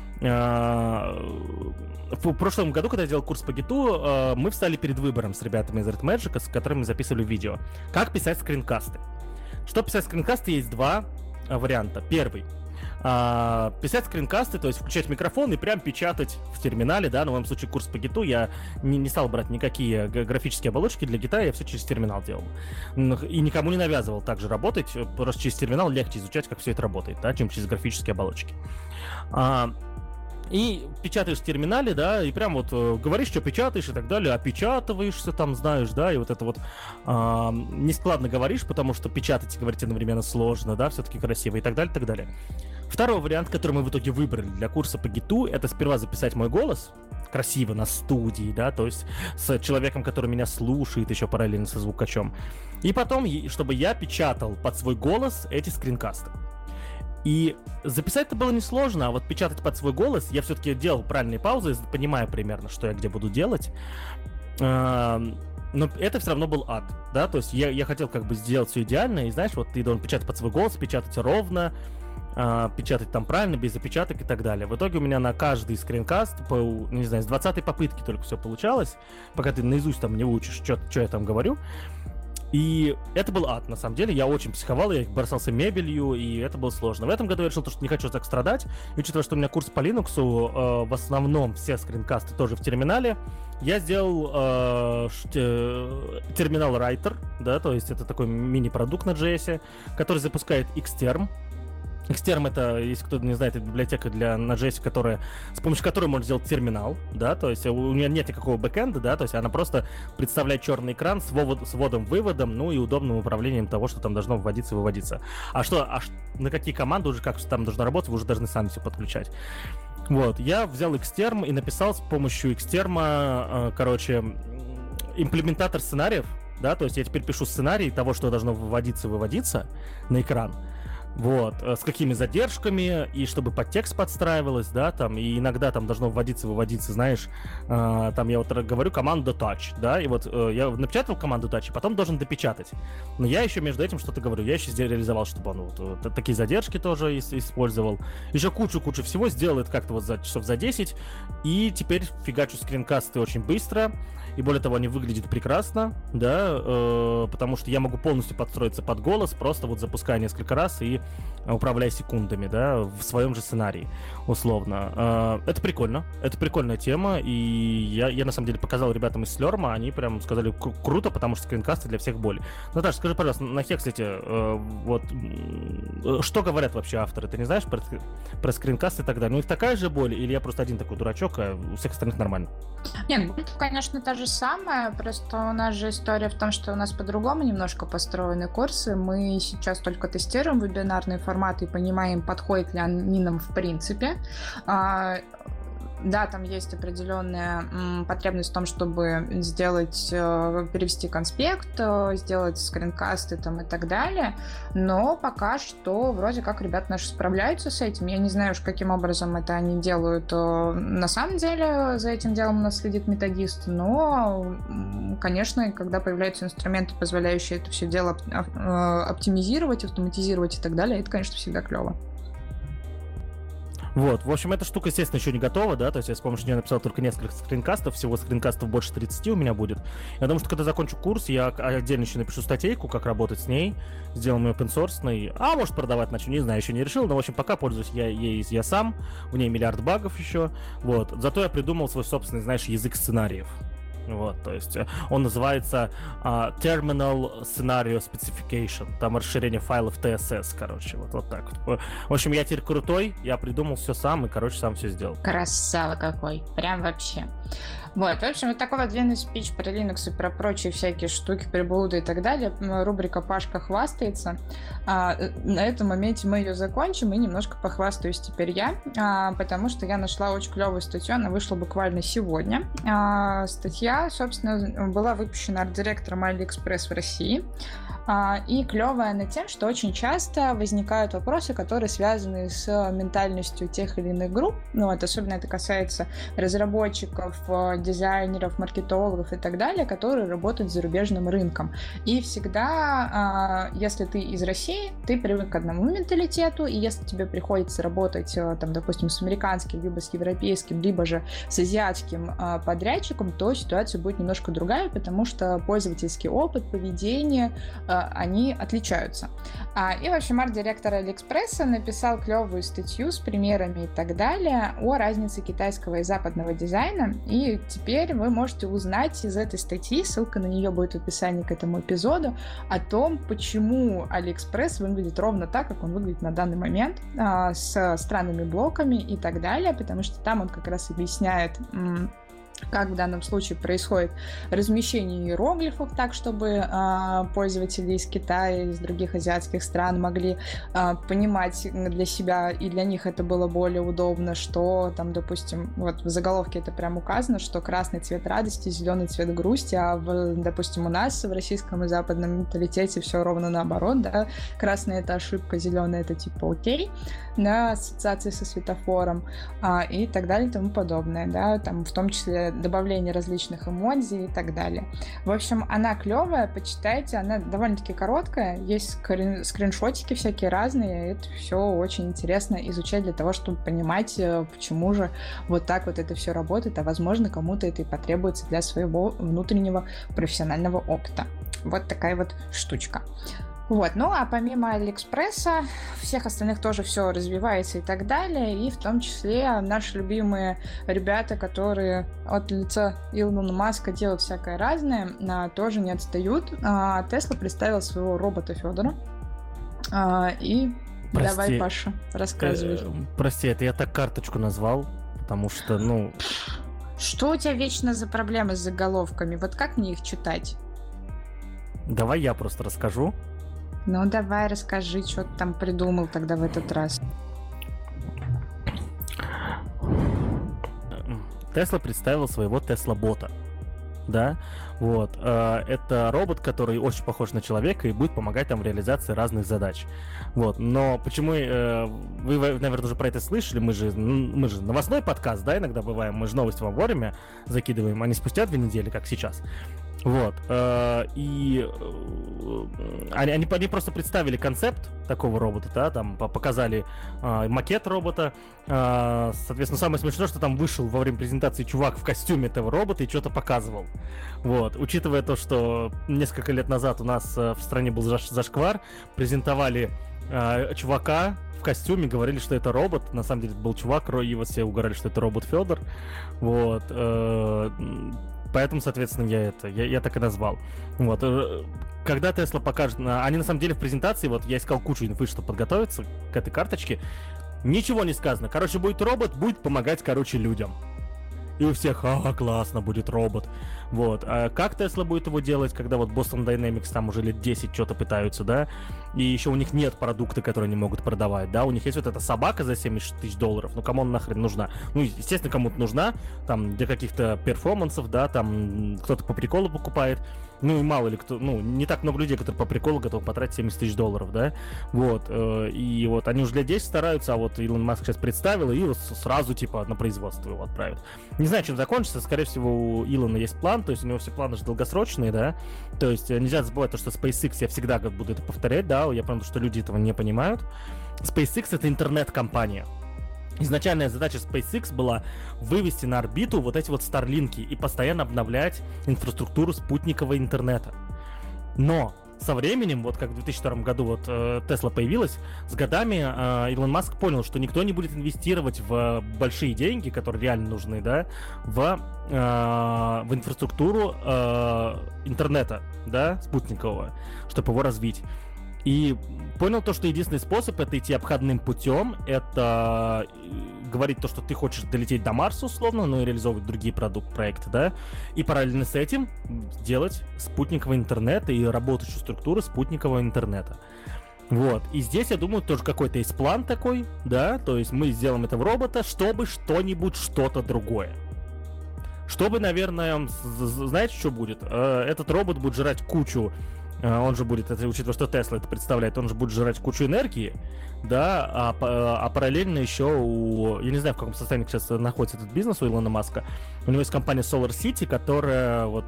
Uh, в прошлом году, когда я делал курс по гиту, uh, мы встали перед выбором с ребятами из Red Magic, с которыми мы записывали видео. Как писать скринкасты? Чтобы писать скринкасты, есть два uh, варианта. Первый. Uh, писать скринкасты, то есть включать микрофон и прям печатать в терминале, да, на моем случае курс по гиту, я не, не стал брать никакие графические оболочки для гита, я все через терминал делал. И никому не навязывал так же работать, просто через терминал легче изучать, как все это работает, да, чем через графические оболочки. Uh, И печатаешь в терминале, да, и прям вот э, говоришь, что печатаешь и так далее, опечатываешься там, знаешь, да, и вот это вот э, нескладно говоришь, потому что печатать и говорить одновременно сложно, да, все-таки красиво и так далее, и так далее. Второй вариант, который мы в итоге выбрали для курса по гиту, это сперва записать мой голос красиво на студии, да, то есть с человеком, который меня слушает еще параллельно со звукачом, и потом, чтобы я печатал под свой голос эти скринкасты. И записать это было несложно, а вот печатать под свой голос, я все-таки делал правильные паузы, понимая примерно, что я где буду делать. Но это все равно был ад, да, то есть я, я хотел как бы сделать все идеально, и знаешь, вот ты должен печатать под свой голос, печатать ровно, печатать там правильно, без опечаток и так далее. В итоге у меня на каждый скринкаст, по, не знаю, с двадцатой попытки только все получалось, пока ты наизусть там не выучишь, что, что я там говорю. И это был ад, на самом деле. Я очень психовал, я бросался мебелью, и это было сложно. В этом году я решил, что не хочу так страдать. И учитывая, что у меня курс по Linux, э, в основном все скринкасты тоже в терминале, я сделал э, ш- терминал Writer, да, то есть это такой мини-продукт на джей эс, который запускает Xterm. Xterm — это, если кто не знает, это библиотека для на джей эс, которая, с помощью которой можно сделать терминал, да, то есть у нее нет никакого бэкэнда, да, то есть она просто представляет черный экран с, ввод, с вводом-выводом, ну и удобным управлением того, что там должно вводиться и выводиться. А что, а на какие команды уже, как там должно работать, вы уже должны сами все подключать. Вот, я взял Xterm и написал с помощью Xterm, э, короче, имплементатор сценариев, да, то есть я теперь пишу сценарий того, что должно выводиться и выводиться на экран. Вот, с какими задержками, и чтобы подтекст подстраивалось, да, там, и иногда там должно вводиться, выводиться, знаешь, э, там я вот говорю команду touch, да, и вот э, я напечатал команду touch, и потом должен допечатать. Но я еще между этим что-то говорю, я еще реализовал, чтобы он вот, вот такие задержки тоже использовал, еще кучу-кучу всего, сделал это как-то вот за часов за десять, и теперь фигачу скринкасты очень быстро, и более того, они выглядят прекрасно, да, э, потому что я могу полностью подстроиться под голос, просто вот запуская несколько раз и управляя секундами, да, в своем же сценарии, условно. Э, это прикольно, это прикольная тема, и я, я на самом деле показал ребятам из Slurm, они прям сказали кру- круто, потому что скринкасты для всех боль. Наташа, скажи, пожалуйста, на Hexlet, э, вот, э, что говорят вообще авторы, ты не знаешь про, про скринкасты и так далее? Ну, их такая же боль, или я просто один такой дурачок, а у всех остальных нормально? Нет, конечно, та же самая, просто у нас же история в том, что у нас по-другому немножко построены курсы. Мы сейчас только тестируем вебинарные форматы и понимаем, подходит ли они нам в принципе. Да, там есть определенная м, потребность в том, чтобы сделать, э, перевести конспект, э, сделать скринкасты там и так далее, но пока что вроде как ребята наши справляются с этим. Я не знаю уж, каким образом это они делают. Э, на самом деле за этим делом у нас следит методист, но, конечно, когда появляются инструменты, позволяющие это все дело оптимизировать, автоматизировать и так далее, это, конечно, всегда клево. Вот, в общем, эта штука, естественно, еще не готова, да, то есть я с помощью нее написал только несколько скринкастов, всего скринкастов больше тридцати у меня будет. Я думаю, что когда закончу курс, я отдельно еще напишу статейку, как работать с ней, сделаем ее open-source, а может продавать начну, не знаю, еще не решил, но, в общем, пока пользуюсь я ей я сам, в ней миллиард багов еще, вот. Зато я придумал свой собственный, знаешь, язык сценариев. Вот, то есть он называется uh, Terminal Scenario Specification, там расширение файлов ти эс эс, короче, вот, вот так вот. В общем, я теперь крутой, я придумал все сам и, короче, сам все сделал. Красава какой, прям вообще. Вот, в общем, вот такой вот длинный спич про Linux и про прочие всякие штуки, приблуды и так далее. Рубрика «Пашка хвастается». А, на этом моменте мы ее закончим, и немножко похвастаюсь теперь я, а, потому что я нашла очень клевую статью, она вышла буквально сегодня. А, статья, собственно, была выпущена арт-директором AliExpress в России. И клевая она тем, что очень часто возникают вопросы, которые связаны с ментальностью тех или иных групп. Ну, вот, особенно это касается разработчиков, дизайнеров, маркетологов и так далее, которые работают с зарубежным рынком. И всегда, если ты из России, ты привык к одному менталитету, и если тебе приходится работать, там, допустим, с американским, либо с европейским, либо же с азиатским подрядчиком, то ситуация будет немножко другая, потому что пользовательский опыт, поведение, они отличаются. И, в общем, арт-директор AliExpress написал клевую статью с примерами и так далее о разнице китайского и западного дизайна. И теперь вы можете узнать из этой статьи, ссылка на нее будет в описании к этому эпизоду, о том, почему AliExpress выглядит ровно так, как он выглядит на данный момент, с странными блоками и так далее, потому что там он как раз объясняет, как в данном случае происходит размещение иероглифов так, чтобы э, пользователи из Китая, из других азиатских стран могли э, понимать для себя, и для них это было более удобно, что там, допустим, вот в заголовке это прям указано, что красный цвет радости, зеленый цвет грусти, а, в, допустим, у нас в российском и западном менталитете все ровно наоборот, да, красный — это ошибка, зеленый — это типа окей, да, ассоциации со светофором а, и так далее и тому подобное, да, там в том числе добавление различных эмодзи и так далее. В общем, она клевая, почитайте, она довольно-таки короткая, есть скрин- скриншотики всякие разные, это все очень интересно изучать для того, чтобы понимать, почему же вот так вот это все работает, а возможно, кому-то это и потребуется для своего внутреннего профессионального опыта. Вот такая вот штучка. Вот, ну а помимо Алиэкспресса, всех остальных тоже все развивается и так далее, и в том числе наши любимые ребята, которые от лица Илона Маска делают всякое разное, тоже не отстают. Тесла представила своего робота Федора, и прости, давай, Паша, рассказывай. Э, прости, это я так карточку назвал, потому что, ну... Что у тебя вечно за проблемы с заголовками? Вот как мне их читать? Давай я просто расскажу. Ну, давай, расскажи, что ты там придумал тогда в этот раз. Тесла представила своего Тесла-бота. Да, вот. Это робот, который очень похож на человека и будет помогать там в реализации разных задач. Вот. Но почему... Вы, наверное, уже про это слышали. Мы же, мы же новостной подкаст, да, иногда бываем. Мы же новости вам вовремя закидываем, а не спустя две недели, как сейчас. Вот. э, И э, они, они, они просто представили концепт такого робота, да, там по- показали э, макет робота. Э, Соответственно, самое смешное, что там вышел во время презентации чувак в костюме этого робота и что-то показывал. Вот. Учитывая то, что несколько лет назад у нас э, в стране был заш- зашквар, презентовали э, чувака в костюме, говорили, что это робот. На самом деле это был чувак, и вот все угорали, что это робот Федор. Вот. э, Поэтому, соответственно, я это, я, я так и назвал. Вот. э, Когда Tesla покажет, на- они на самом деле в презентации, вот я искал кучу инфы, чтобы подготовиться к этой карточке, ничего не сказано. Короче, будет робот, будет помогать, короче, людям. И у всех, а, классно, будет робот. Вот. А как Tesla будет его делать, когда вот Boston Dynamics там уже лет десять что-то пытаются, да? И еще у них нет продукта, который они могут продавать, да? У них есть вот эта собака за семьдесят тысяч долларов. Ну, кому она нахрен нужна? Ну, естественно, кому-то нужна, там, для каких-то перформансов, да, там, кто-то по приколу покупает. Ну, и мало ли кто, ну, не так много людей, которые по приколу готовы потратить семьдесят тысяч долларов, да? Вот. э, И вот они уже лет десять стараются, а вот Илон Маск сейчас представил, и вот с- сразу, типа, на производство его отправят. Не знаю, чем закончится. Скорее всего, у Илона есть план, то есть у него все планы же долгосрочные, да. То есть э, нельзя забывать то, что SpaceX, я всегда как буду это повторять, да, я понимаю, что люди этого не понимают. SpaceX — это интернет-компания. Изначальная задача SpaceX была вывести на орбиту вот эти вот старлинки и постоянно обновлять инфраструктуру спутникового интернета. Но со временем, вот как в две тысячи втором году вот э, Tesla появилась, с годами э, Илон Маск понял, что никто не будет инвестировать в большие деньги, которые реально нужны, да, в, э, в инфраструктуру э, интернета, да, спутникового, чтобы его развить. И понял то, что единственный способ — это идти обходным путем, это говорить то, что ты хочешь долететь до Марса условно, но и реализовывать другие продукт, проекты, да, и параллельно с этим делать спутниковый интернет и работающую структуру спутникового интернета. Вот, и здесь, я думаю, тоже какой-то есть план такой, да, то есть мы сделаем этого робота, чтобы что-нибудь, что-то другое. Чтобы, наверное, знаете, что будет? Этот робот будет жрать кучу, он же будет, это, учитывая, что Tesla это представляет, он же будет жрать кучу энергии, да, а, а параллельно еще у, я не знаю, в каком состоянии сейчас находится этот бизнес у Илона Маска, у него есть компания Solar City, которая вот,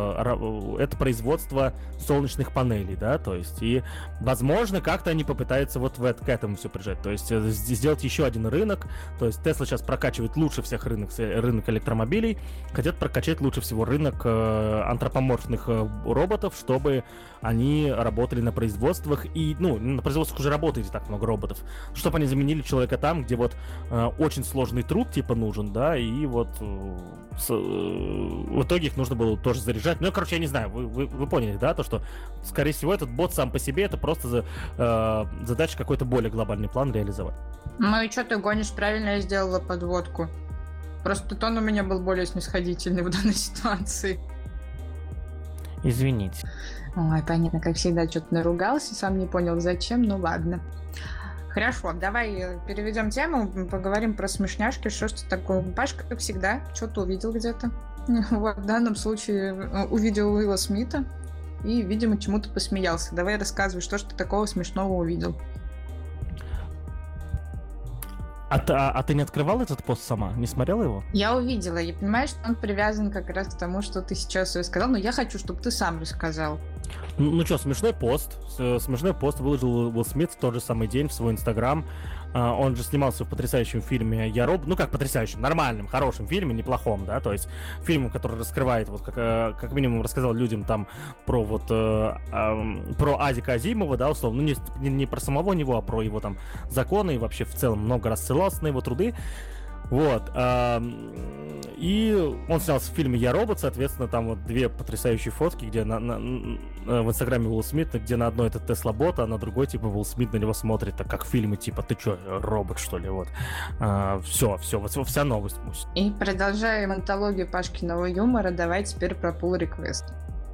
это производство солнечных панелей, да, то есть, и, возможно, как-то они попытаются вот в это, к этому все прижать, то есть, сделать еще один рынок, то есть, Tesla сейчас прокачивает лучше всех рынок, рынок электромобилей, хотят прокачать лучше всего рынок антропоморфных роботов, чтобы они работали на производствах, и, ну, на производствах уже работает так много роботов, чтобы они заменили человека там, где вот э, очень сложный труд, типа, нужен, да, и вот э, с, э, в итоге их нужно было тоже заряжать. Ну, короче, я не знаю, вы, вы, вы поняли, да, то, что, скорее всего, этот бот сам по себе, это просто за, э, задача какой-то более глобальный план реализовать. Ну и что ты гонишь, правильно я сделала подводку. Просто тон у меня был более снисходительный в данной ситуации. Извините. Ой, понятно, как всегда, что-то наругался, сам не понял зачем, ну ладно. Хорошо, давай переведем тему, поговорим про смешняшки, что ж такое. Пашка, как всегда, что-то увидел где-то. Вот, в данном случае увидел Уилла Смита и, видимо, чему-то посмеялся. Давай рассказывай, что ж ты такого смешного увидел. А, а, а ты не открывал этот пост сама? Не смотрела его? Я увидела, я понимаю, что он привязан как раз к тому, что ты сейчас рассказал, но я хочу, чтобы ты сам рассказал. Ну, ну что, смешной пост. Смешной пост выложил Уилл Смит в тот же самый день в свой инстаграм. Uh, он же снимался в потрясающем фильме «Я Робот». Ну, как потрясающем, нормальном, хорошем фильме, неплохом, да, то есть фильм, который раскрывает, вот как, как минимум рассказал людям там про вот, э, э, про Азика Азимова, да, условно, ну, не, не, не про самого него, а про его там законы и вообще в целом много раз ссылался на его труды. Вот. И он снялся в фильме «Я робот», соответственно, там вот две потрясающие фотки, где на, на, в инстаграме Уилл Смит, где на одной это Тесла-бот, а на другой, типа, Уилл Смит на него смотрит, так как в фильме, типа, ты чё, робот, что ли, вот. А, все, все, вот вся новость. И продолжаем антологию Пашкиного юмора, давай теперь про pull request.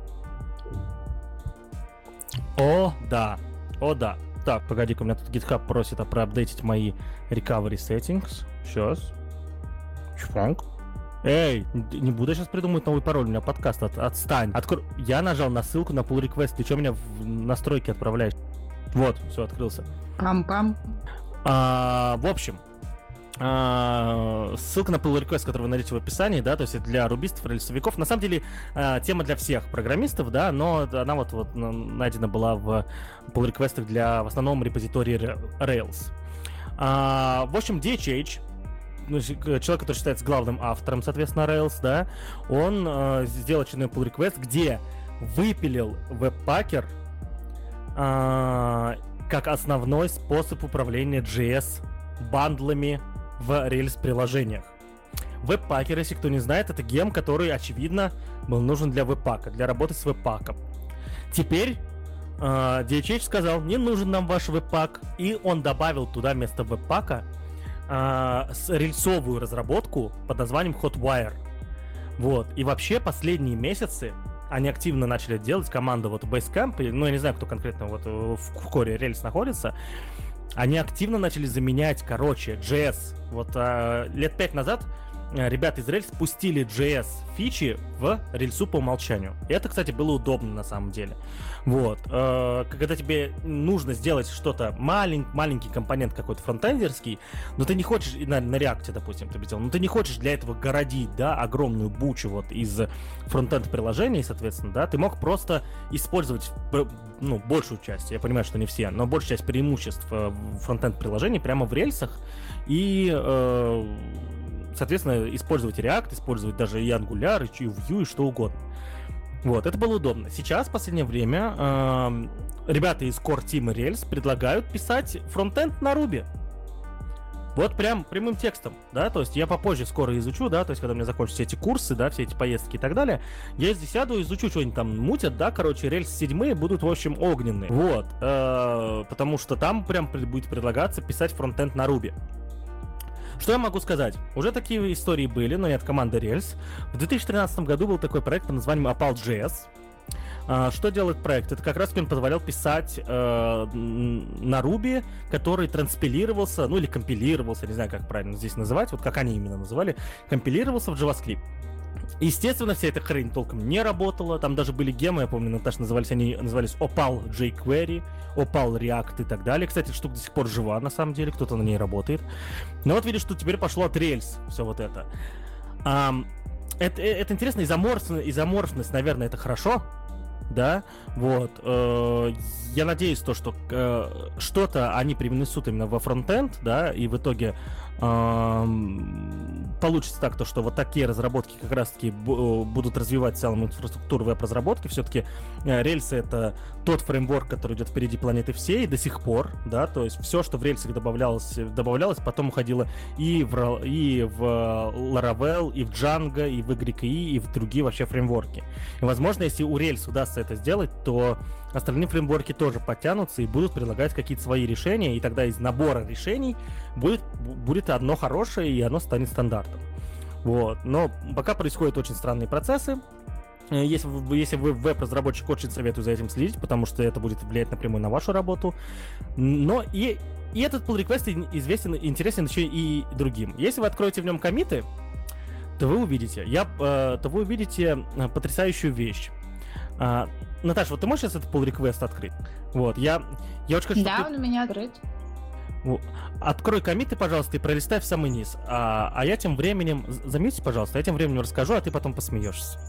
О, да, о, да. Так, погоди-ка, у меня тут GitHub просит проапдейтить мои recovery settings. Сейчас. Чпонг. Эй, не буду сейчас придумывать новый пароль, у меня подкаст, от, отстань. Откр... Я нажал на ссылку на pull request, ты что меня в настройки отправляешь? Вот, все, открылся. Пам-пам. А, в общем, А, ссылка на pull request, который вы найдете в описании, да, то есть это для рубистов, рельсовиков. На самом деле а, тема для всех программистов, да, но она вот, вот найдена была в pull request для в основном репозитории Rails. А, в общем, ди эйч эйч, человек, который считается главным автором, соответственно, Rails, да, он а, сделал очередной pull request, где выпилил веб-пакер а, как основной способ управления джей эс бандлами в Rails-приложениях. Веб-пакер, если кто не знает, это гем, который, очевидно, был нужен для веб-пака, для работы с веб-паком. Теперь э, ди эйч эйч сказал, не нужен нам ваш веб-пак, и он добавил туда вместо веб-пака э, рельсовую разработку под названием Hotwire. Вот. И вообще последние месяцы они активно начали делать, команда вот Basecamp, ну я не знаю, кто конкретно вот в, в коре Rails находится, они активно начали заменять, короче, джей эс. Вот а, лет пять назад а, ребята из Rails пустили джей эс фичи в рельсу по умолчанию. И это, кстати, было удобно на самом деле. Вот. А, когда тебе нужно сделать что-то, малень, маленький компонент какой-то фронтендерский, но ты не хочешь, на, на React, допустим, ты бы сделал, но ты не хочешь для этого городить, да, огромную бучу вот из фронтенд-приложений, соответственно, да, ты мог просто использовать, ну, большую часть, я понимаю, что не все, но большую часть преимуществ фронтенд-приложений прямо в рельсах и, э, соответственно, использовать React, использовать даже и Angular, и Vue, и что угодно. Вот, это было удобно. Сейчас, в последнее время, э, ребята из Core Team Rails предлагают писать фронтенд на Ruby. Вот прям прямым текстом, да, то есть я попозже скоро изучу, да, то есть когда у меня закончатся эти курсы, да, все эти поездки и так далее, я здесь сяду, изучу, что они там мутят, да, короче, рельсы седьмые будут, в общем, огненные, вот, э, потому что там прям будет предлагаться писать фронтенд на Ruby. Что я могу сказать? Уже такие истории были, но не от команды Rails. В две тысячи тринадцатом году был такой проект под названием Opal.js. Что делает проект? Это как раз он позволял писать э, на Ruby, который транспилировался, ну или компилировался, не знаю, как правильно здесь называть, вот как они именно называли, компилировался в JavaScript. Естественно, вся эта хрень толком не работала, там даже были гемы, я помню, Наташа, назывались они назывались Opal jQuery, Opal React и так далее. Кстати, штука до сих пор жива, на самом деле, кто-то на ней работает. Но вот видишь, что теперь пошло от Rails все вот это. А, это, это интересно, изоморфность, изоморфность, наверное, это хорошо. Да, вот. Э, я надеюсь, то, что э, что-то они привнесут именно во фронтенд, да, и в итоге э, получится так, то, что вот такие разработки как раз-таки б- будут развивать в целом инфраструктуру веб-разработки. Все-таки э, рельсы — это тот фреймворк, который идет впереди планеты всей до сих пор, да, то есть все, что в рельсах добавлялось, добавлялось, потом уходило и в, и в Laravel, и в Django, и в ай и и, и в другие вообще фреймворки. И, возможно, если у рельс удастся это сделать, то остальные фреймворки тоже подтянутся и будут предлагать какие-то свои решения, и тогда из набора решений будет, будет одно хорошее, и оно станет стандартом. Вот. Но пока происходят очень странные процессы. Если вы, если вы веб-разработчик, очень советую за этим следить, потому что это будет влиять напрямую на вашу работу. Но и, и этот pull request известен, интересен еще и другим. Если вы откроете в нем коммиты, то вы увидите, я, э, то вы увидите потрясающую вещь. А, Наташа, вот ты можешь сейчас этот pull request открыть? Вот, я, я очень хочу, да, ты... он у меня открыт. Вот. Открой коммиты, пожалуйста, и пролистай в самый низ. А, а я тем временем... Замьюти, пожалуйста, я тем временем расскажу, а ты потом посмеешься.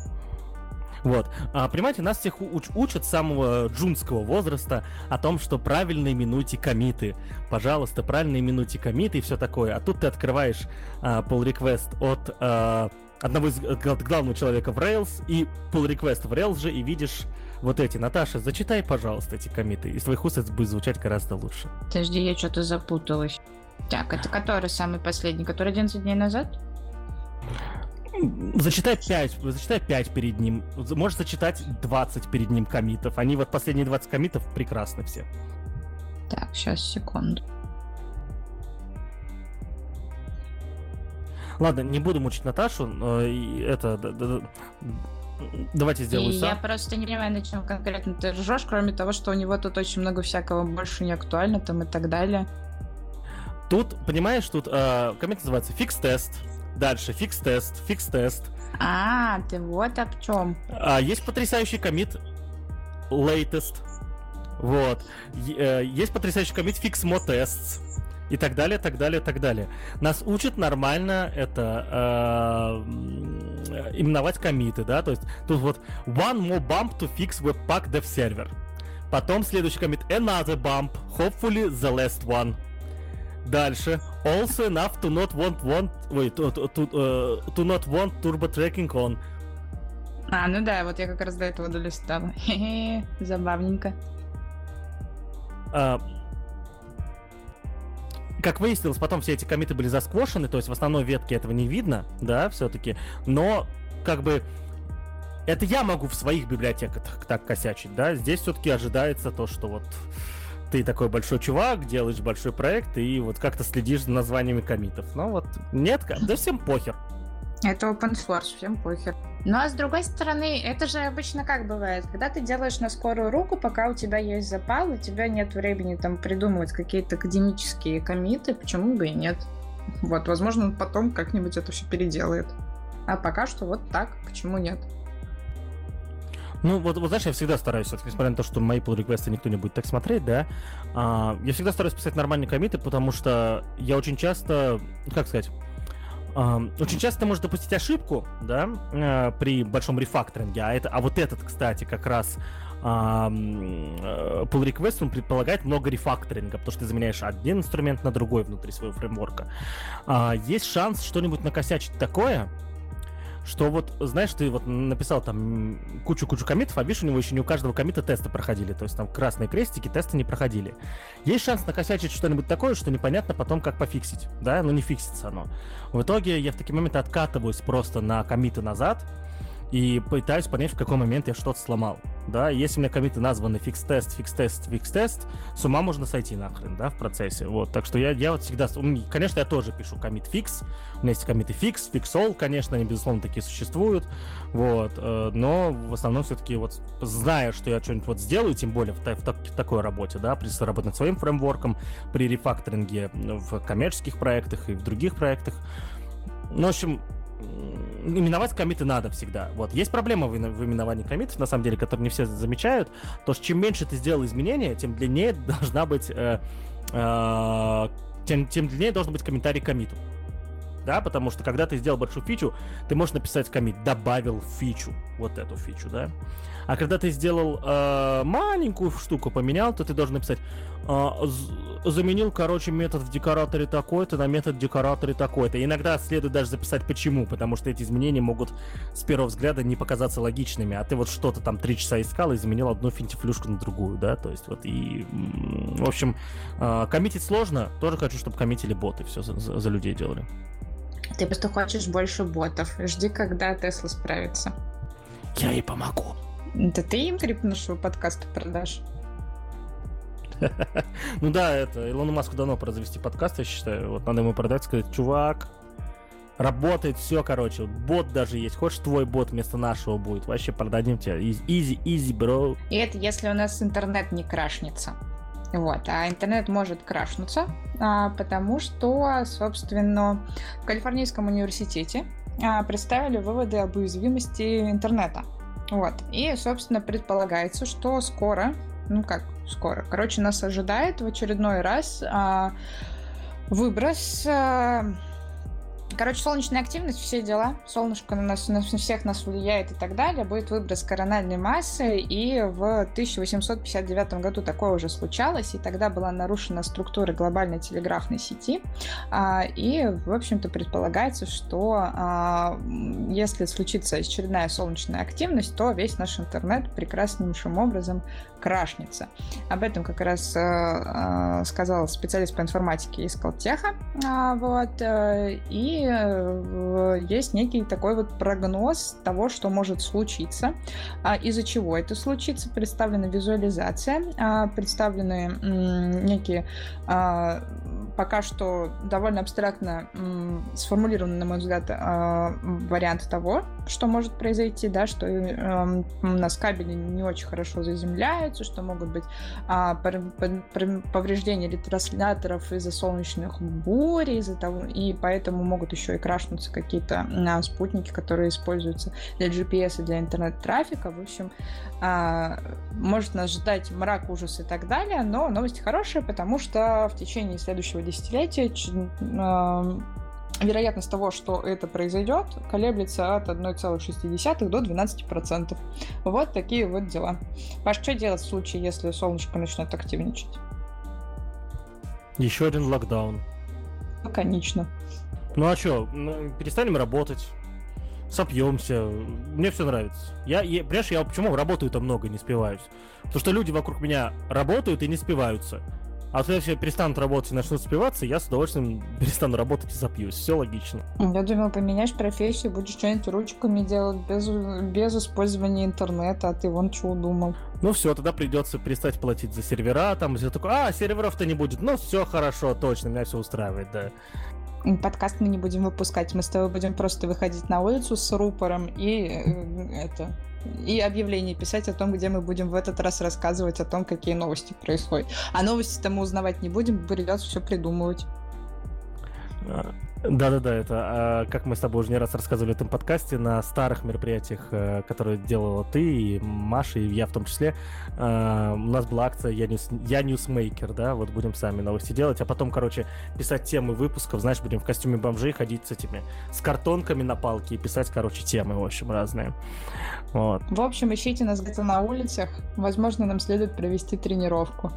Вот. А, понимаете, нас всех уч- учат с самого джунского возраста о том, что правильно именуйте коммиты. Пожалуйста, правильно именуйте коммиты и все такое. А тут ты открываешь а, pull request от... А, одного из главного человека в Rails и pull request в Rails же, и видишь вот эти. Наташа, зачитай, пожалуйста, эти коммиты. Из твоих уст это будет звучать гораздо лучше. Подожди, я что-то запуталась. Так, это который самый последний, который одиннадцать дней назад? Зачитай пять, зачитай пять перед ним. Можешь зачитать двадцать перед ним коммитов. Они вот последние двадцать коммитов прекрасны все. Так, сейчас, секунду. Ладно, не буду мучить Наташу, но это... Да, да, давайте сделаю И сам. я просто не понимаю, на чем конкретно ты ржешь, кроме того, что у него тут очень много всякого больше не актуально там и так далее. Тут, понимаешь, тут э, коммент называется fix-test, дальше fix-test, fix-test. А, ты вот об чем. А, есть потрясающий коммит latest, вот. Е- э, есть потрясающий коммит fix-mo-tests. и так далее, так далее, так далее. Нас учат нормально это э, именовать коммиты, да, то есть тут вот one more bump to fix webpack dev server. Потом следующий коммит another bump, hopefully the last one. Дальше also enough to not want want wait, to, to, to, uh, to not want turbo tracking on. А, ну да, вот я как раз до этого долистала. Хе-хе, забавненько. Uh, как выяснилось, потом все эти коммиты были засквошены, то есть в основной ветке этого не видно, да, все-таки, но как бы это я могу в своих библиотеках так косячить, да, здесь все-таки ожидается то, что вот ты такой большой чувак, делаешь большой проект и вот как-то следишь за названиями коммитов. Ну вот, нет, да всем похер. Это open source, всем похер. Ну а с другой стороны, это же обычно как бывает, когда ты делаешь на скорую руку, пока у тебя есть запал, у тебя нет времени там придумывать какие-то академические коммиты, почему бы и нет. Вот, возможно, он потом как-нибудь это все переделает. А пока что вот так, почему нет? Ну, вот, вот знаешь, я всегда стараюсь, несмотря на то, что мои pull реквесты никто не будет так смотреть, да, а, я всегда стараюсь писать нормальные коммиты, потому что я очень часто, как сказать, а, очень часто ты можешь допустить ошибку, да, а, при большом рефакторинге, а, это, а вот этот, кстати, как раз а, pull request, он предполагает много рефакторинга, потому что ты заменяешь один инструмент на другой внутри своего фреймворка. А, есть шанс что-нибудь накосячить такое, что вот, знаешь, ты вот написал там кучу-кучу коммитов, а видишь, у него еще не у каждого коммита тесты проходили, то есть там красные крестики, тесты не проходили. Есть шанс накосячить что-нибудь такое, что непонятно потом, как пофиксить, да, но не фиксится оно. В итоге я в такие моменты откатываюсь просто на коммиты назад и пытаюсь понять, в какой момент я что-то сломал, да, если у меня коммиты названы fix-тест, fix-тест, fix-тест, с ума можно сойти нахрен, да, в процессе, вот, так что я, я вот всегда, конечно, я тоже пишу commit fix, у меня есть коммиты fix, fix-all, конечно, они, безусловно, такие существуют, вот, но в основном все-таки вот, зная, что я что-нибудь вот сделаю, тем более в, в, в такой работе, да, при работе над своим фреймворком, при рефакторинге в коммерческих проектах и в других проектах, ну, в общем, именовать коммиты надо всегда. Вот. Есть проблема в именовании коммитов, на самом деле, которую не все замечают, то что чем меньше ты сделал изменения, тем длиннее должна быть э, э, тем, тем длиннее должен быть комментарий к коммиту. Да, потому что когда ты сделал большую фичу, ты можешь написать коммит, добавил фичу, вот эту фичу, да. А когда ты сделал э, маленькую штуку, поменял, то ты должен написать э, заменил, короче, метод в декораторе такой-то на метод в декораторе такой-то. Иногда следует даже записать почему, потому что эти изменения могут с первого взгляда не показаться логичными, а ты вот что-то там три часа искал и заменил одну финтифлюшку на другую, да, то есть вот и, в общем, э, коммитить сложно, тоже хочу, чтобы коммитили боты, все за, за, за людей делали. Ты просто хочешь больше ботов. Жди, когда Тесла справится. Я ей помогу. Да ты им клип нашего подкаста продашь. Ну да, это Илону Маску давно пора завести подкаст, я считаю. Вот надо ему продать, сказать, чувак, работает все, короче. Бот даже есть. Хочешь, твой бот вместо нашего будет? Вообще продадим тебе. Easy, easy, bro. И это если у нас интернет не крашнется. Вот, а интернет может крашнуться, а, потому что, собственно, в Калифорнийском университете а, представили выводы об уязвимости интернета. Вот, и, собственно, предполагается, что скоро, ну как скоро, короче, нас ожидает в очередной раз а, выброс... А, Короче, солнечная активность, все дела, солнышко на нас, на всех нас влияет и так далее, будет выброс корональной массы, и в тысяча восемьсот пятьдесят девятом году такое уже случалось, и тогда была нарушена структура глобальной телеграфной сети, и, в общем-то, предполагается, что если случится очередная солнечная активность, то весь наш интернет прекраснейшим образом крашнется. Об этом как раз э, сказал специалист по информатике из Калтеха. Э, вот, э, и э, есть некий такой вот прогноз того, что может случиться. Э, из-за чего это случится? Представлена визуализация, э, представлены э, некие э, пока что довольно абстрактно э, сформулированный, на мой взгляд, э, вариант того, что может произойти, да, что э, у нас кабели не очень хорошо заземляют, что могут быть а, повреждения ретрансляторов из-за солнечных бурь, из-за того, и поэтому могут еще и крашнутся какие-то а, спутники, которые используются для джи пи эс и для интернет-трафика. В общем, а, может нас ждать мрак, ужас и так далее, но новости хорошие, потому что в течение следующего десятилетия а, вероятность того, что это произойдет, колеблется от одна целая шесть десятых до двенадцати процентов. Вот такие вот дела. Паш, что делать в случае, если солнышко начнет активничать? Еще один локдаун. Ну, конечно. Ну а что, ну, перестанем работать, сопьемся, мне все нравится. Я, я, понимаешь, я почему работаю-то много, не спиваюсь? Потому что люди вокруг меня работают и не спиваются. А вот если перестанут работать и начнут спиваться, я с удовольствием перестану работать и запьюсь. Все логично. Я думала, поменяешь профессию, будешь что-нибудь ручками делать без, без использования интернета, а ты вон чего думал. Ну все, тогда придется перестать платить за сервера, там все такое, а, серверов-то не будет. Ну все хорошо, точно, меня все устраивает, да. Подкаст мы не будем выпускать, мы с тобой будем просто выходить на улицу с рупором и э, это... и объявление писать о том, где мы будем в этот раз рассказывать о том, какие новости происходят. А новости-то мы узнавать не будем, придется все придумывать. Да-да-да, это, а, как мы с тобой уже не раз рассказывали в этом подкасте, на старых мероприятиях, а, которые делала ты, и Маша, и я в том числе, а, у нас была акция «Я, ньюс, я ньюсмейкер», да, вот будем сами новости делать, а потом, короче, писать темы выпусков, знаешь, будем в костюме бомжей ходить с этими, с картонками на палке и писать, короче, темы, в общем, разные. Вот. В общем, ищите нас где-то на улицах, возможно, нам следует провести тренировку.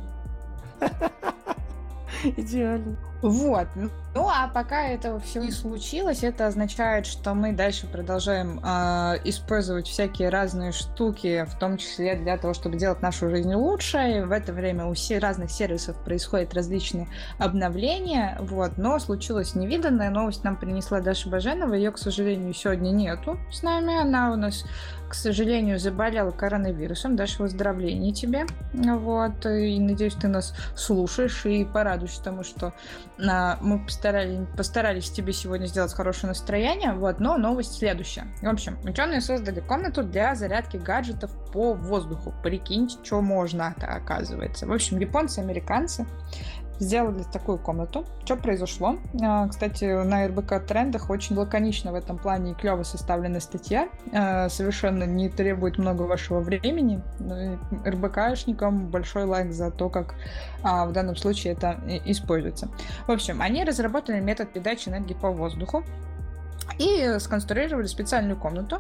Идеально. Вот. Ну, а пока это все не случилось, это означает, что мы дальше продолжаем э, использовать всякие разные штуки, в том числе для того, чтобы делать нашу жизнь лучше. И в это время у всех разных сервисов происходят различные обновления. Вот. Но случилась невиданная новость, нам принесла Даша Баженова. Ее, к сожалению, сегодня нету с нами. Она у нас, к сожалению, заболела коронавирусом. Даша, выздоровление тебе. Вот. И надеюсь, ты нас слушаешь и порадуешься тому, что а, мы постарались, постарались тебе сегодня сделать хорошее настроение. Вот. Но новость следующая. В общем, ученые создали комнату для зарядки гаджетов по воздуху. Прикиньте, что можно-то, оказывается. В общем, японцы, американцы сделали такую комнату. Что произошло? Кстати, на эр бэ ка трендах очень лаконично в этом плане и клево составлена статья. Совершенно не требует много вашего времени. эр бэ ка-шникам большой лайк за то, как в данном случае это используется. В общем, они разработали метод передачи энергии по воздуху и сконструировали специальную комнату.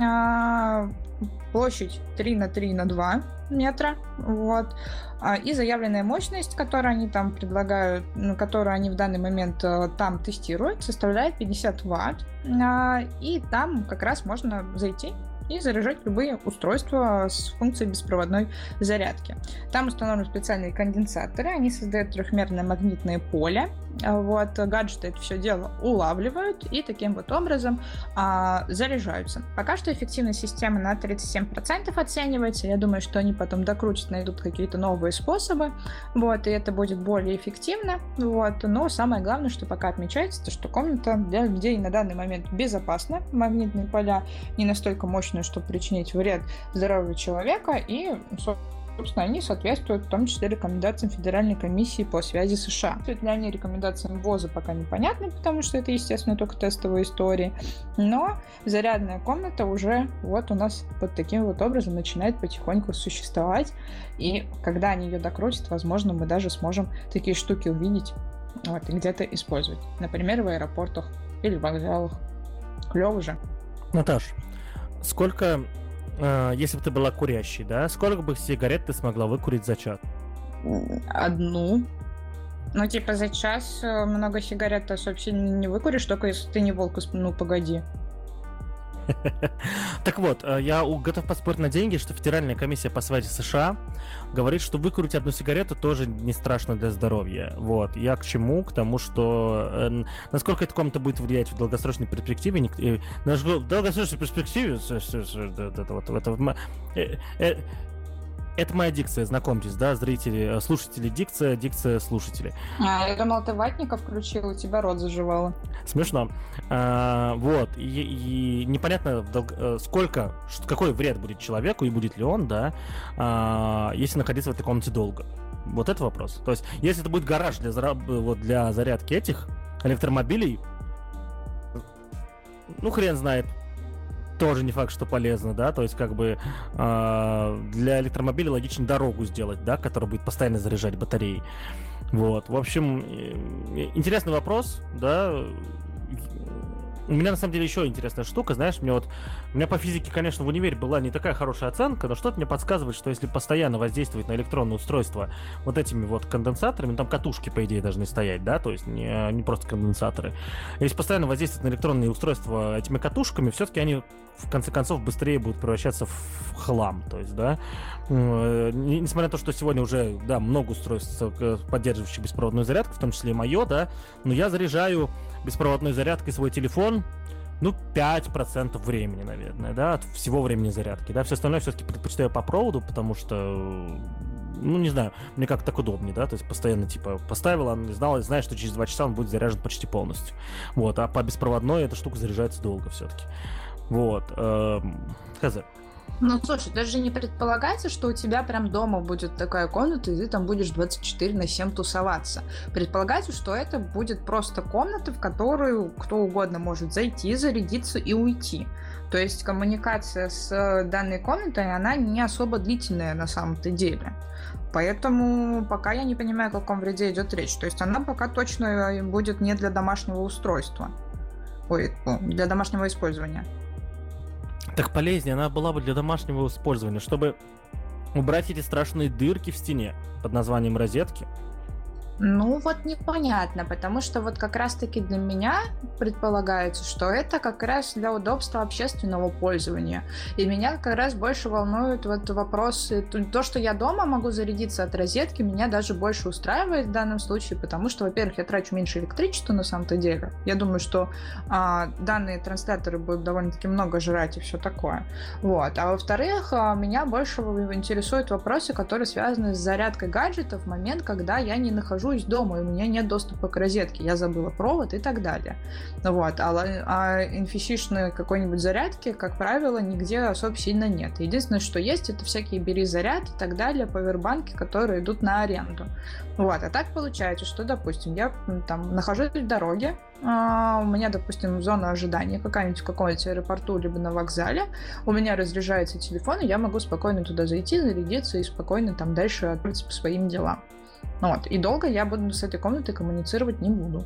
Площадь три на три на два метра, вот, и заявленная мощность, которую они там предлагают, которую они в данный момент там тестируют, составляет пятьдесят ватт, и там как раз можно зайти и заряжать любые устройства с функцией беспроводной зарядки. Там установлены специальные конденсаторы, они создают трехмерное магнитное поле. Вот, гаджеты это все дело улавливают и таким вот образом а, заряжаются. Пока что эффективность системы на тридцать семь процентов оценивается. Я думаю, что они потом докрутят, найдут какие-то новые способы, вот, и это будет более эффективно. Вот. Но самое главное, что пока отмечается, то, что комната, для, где на данный момент безопасна, магнитные поля не настолько мощные, чтобы причинить вред здоровью человека, и, собственно, они соответствуют в том числе рекомендациям Федеральной комиссии по связи США. Соответствуют ли они рекомендациям ВОЗа, пока непонятно, потому что это, естественно, только тестовые истории. Но зарядная комната уже вот у нас под таким вот образом начинает потихоньку существовать. И когда они ее докрутят, возможно, мы даже сможем такие штуки увидеть, вот, и где-то использовать. Например, в аэропортах или в вокзалах. Клево же. Наташ, сколько... Если бы ты была курящей, да, сколько бы сигарет ты смогла выкурить за час? Одну. Ну, типа, за час много сигарет особо сильно не выкуришь, только если ты не волк, ну, погоди. Так вот, я готов поспорить на деньги, что Федеральная комиссия по связи США говорит, что выкурить одну сигарету тоже не страшно для здоровья. Вот. Я к чему? К тому, что э, насколько эта комната будет влиять в долгосрочной перспективе, э, в долгосрочной перспективе это, вот, это, э, э, это моя дикция, знакомьтесь, да, зрители, слушатели, дикция, дикция, слушатели. А, я думал, ты ватника включил, у тебя рот заживало. Смешно. А, вот, и, и непонятно, сколько, какой вред будет человеку, и будет ли он, да, а, если находиться в этой комнате долго. Вот это вопрос. То есть, если это будет гараж для, вот, для зарядки этих электромобилей, ну, хрен знает. Тоже не факт, что полезно, да, то есть как бы э, для электромобиля логично дорогу сделать, да, которая будет постоянно заряжать батареи. Вот, в общем, интересный вопрос, да. У меня, на самом деле, еще интересная штука, знаешь, мне вот... У меня по физике, конечно, в универе была не такая хорошая оценка, но что-то мне подсказывает, что если постоянно воздействовать на электронное устройство вот этими вот конденсаторами, там катушки, по идее, должны стоять, да, то есть не, не просто конденсаторы. Если постоянно воздействовать на электронные устройства этими катушками, все-таки они, в конце концов, быстрее будут превращаться в хлам, то есть, да. Несмотря на то, что сегодня уже, да, много устройств, поддерживающих беспроводную зарядку, в том числе и мое, да, но я заряжаю беспроводной зарядкой свой телефон, ну, пять процентов времени, наверное, да, от всего времени зарядки, да, все остальное все-таки предпочитаю по проводу, потому что, ну, не знаю, мне как-то так удобнее, да, то есть постоянно, типа, поставила, знала, знаешь, что через два часа он будет заряжен почти полностью, вот, а по беспроводной эта штука заряжается долго все-таки, вот, хз. Ну, слушай, даже не предполагается, что у тебя прям дома будет такая комната, и ты там будешь двадцать четыре на семь тусоваться. Предполагается, что это будет просто комната, в которую кто угодно может зайти, зарядиться и уйти. То есть коммуникация с данной комнатой, она не особо длительная на самом-то деле. Поэтому пока я не понимаю, о каком вреде идет речь. То есть она пока точно будет не для домашнего устройства. Ой, для домашнего использования. Так полезнее она была бы для домашнего использования, чтобы убрать эти страшные дырки в стене под названием розетки. Ну вот непонятно, потому что вот как раз-таки для меня предполагается, что это как раз для удобства общественного пользования. И меня как раз больше волнуют вот вопросы, то, что я дома могу зарядиться от розетки, меня даже больше устраивает в данном случае, потому что, во-первых, я трачу меньше электричества на самом-то деле. Я думаю, что а, данные трансляторы будут довольно-таки много жрать и все такое. Вот. А во-вторых, а, меня больше интересуют вопросы, которые связаны с зарядкой гаджетов в момент, когда я не нахожусь дома, и у меня нет доступа к розетке, я забыла провод и так далее. Вот. А, а эн эф си-шной какой-нибудь зарядки, как правило, нигде особо сильно нет. Единственное, что есть, это всякие бери заряд и так далее, павербанки, которые идут на аренду. Вот. А так получается, что, допустим, я там нахожусь в дороге, а, у меня, допустим, зона ожидания какая-нибудь в каком-нибудь аэропорту либо на вокзале, у меня разряжается телефон, и я могу спокойно туда зайти, зарядиться и спокойно там дальше отправиться по своим делам. Вот. И долго я буду с этой комнатой коммуницировать не буду.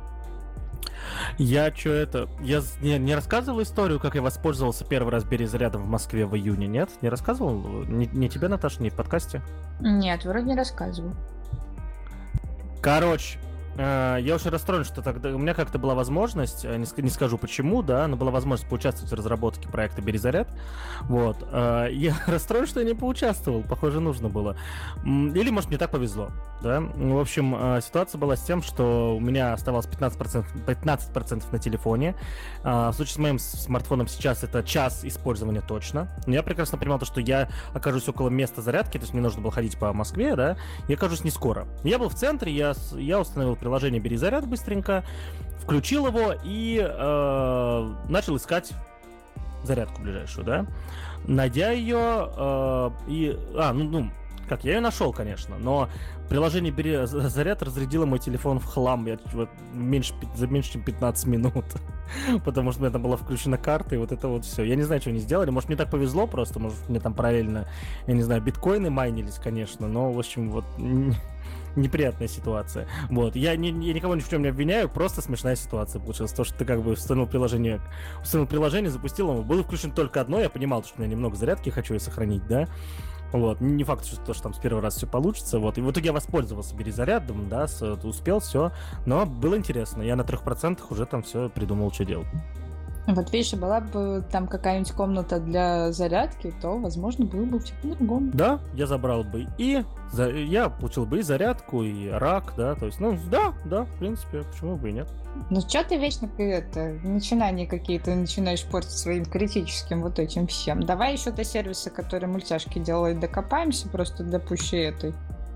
Я что это... Я не, не рассказывал историю, как я воспользовался первый раз березарядом в Москве в июне, нет? Не рассказывал? Не, не тебе, Наташа, не в подкасте? Нет, вроде не рассказывал. Короче, э, я очень расстроен, что тогда у меня как-то была возможность, не, не скажу почему, да, но была возможность поучаствовать в разработке проекта «Березаряд». Вот. Э, я расстроен, что я не поучаствовал, похоже, нужно было. Или, может, мне так повезло, да. В общем, э, ситуация была с тем, что у меня оставалось пятнадцать процентов, пятнадцать процентов на телефоне. Э, в случае с моим смартфоном сейчас это час использования точно. Но я прекрасно понимал то, что я окажусь около места зарядки, то есть мне нужно было ходить по Москве, да, и окажусь не скоро. Я был в центре, я, я установил приложение «Березаряд» быстренько, включил его и э, начал искать зарядку ближайшую, да. Найдя ее э, и... А, ну, ну, как, я ее нашел, конечно, но приложение «Березаряд» разрядило мой телефон в хлам я, вот, меньше, за меньше, чем пятнадцать минут, потому что у меня там была включена карта, и вот это вот все. Я не знаю, что они сделали, может, мне так повезло просто, может, мне там параллельно, я не знаю, биткоины майнились, конечно, но, в общем, вот... неприятная ситуация. Вот. Я, не, я никого ни в чем не обвиняю, просто смешная ситуация получилась. То, что ты как бы установил приложение, установил приложение, запустил его, было включено только одно, я понимал, что у меня немного зарядки, хочу ее сохранить, да. Вот. Не факт, что, что там с первого раза все получится. Вот. И в итоге я воспользовался березарядом, да, с, успел все, но было интересно. Я на трех процентах уже там все придумал, что делать. Вот видишь, была бы там какая-нибудь комната для зарядки, то, возможно, было бы все по-другому. Да, я забрал бы и... За, я получил бы и зарядку, и рак, да, то есть, ну, да, да, в принципе, почему бы и нет. Ну, что ты вечно это, начинания какие-то начинаешь портить своим критическим вот этим всем. Давай еще до сервиса, который мультяшки делают, докопаемся просто до пущей этой.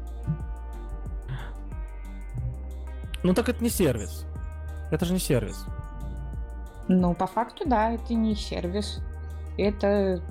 Ну, так это не сервис. Это же не сервис. Ну, по факту, да, это не сервис. Это...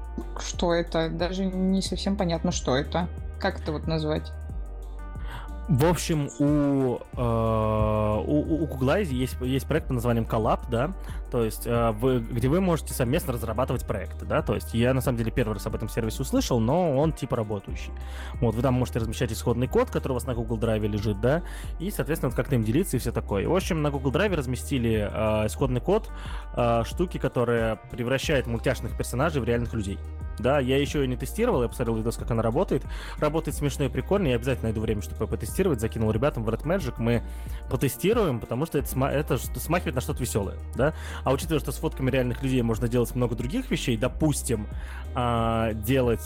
Что это? Даже не совсем понятно, что это. Как это вот назвать? В общем, у, э, у, у Гугла есть, есть проект под названием Collab, да, то есть э, вы, где вы можете совместно разрабатывать проекты, да, то есть я на самом деле первый раз об этом сервисе услышал, но он типа работающий. Вот, вы там можете размещать исходный код, который у вас на Google Drive лежит, да, и, соответственно, вот как-то им делиться и все такое. В общем, на Google Drive разместили э, исходный код э, штуки, которая превращает мультяшных персонажей в реальных людей. Да, я еще ее не тестировал, я посмотрел видос, как она работает. Работает смешно и прикольно, я обязательно найду время, чтобы потестировать. Закинул ребятам в Red Magic, мы потестируем, потому что это, сма- это смахивает на что-то веселое, да. А учитывая, что с фотками реальных людей можно делать много других вещей, допустим, э- делать...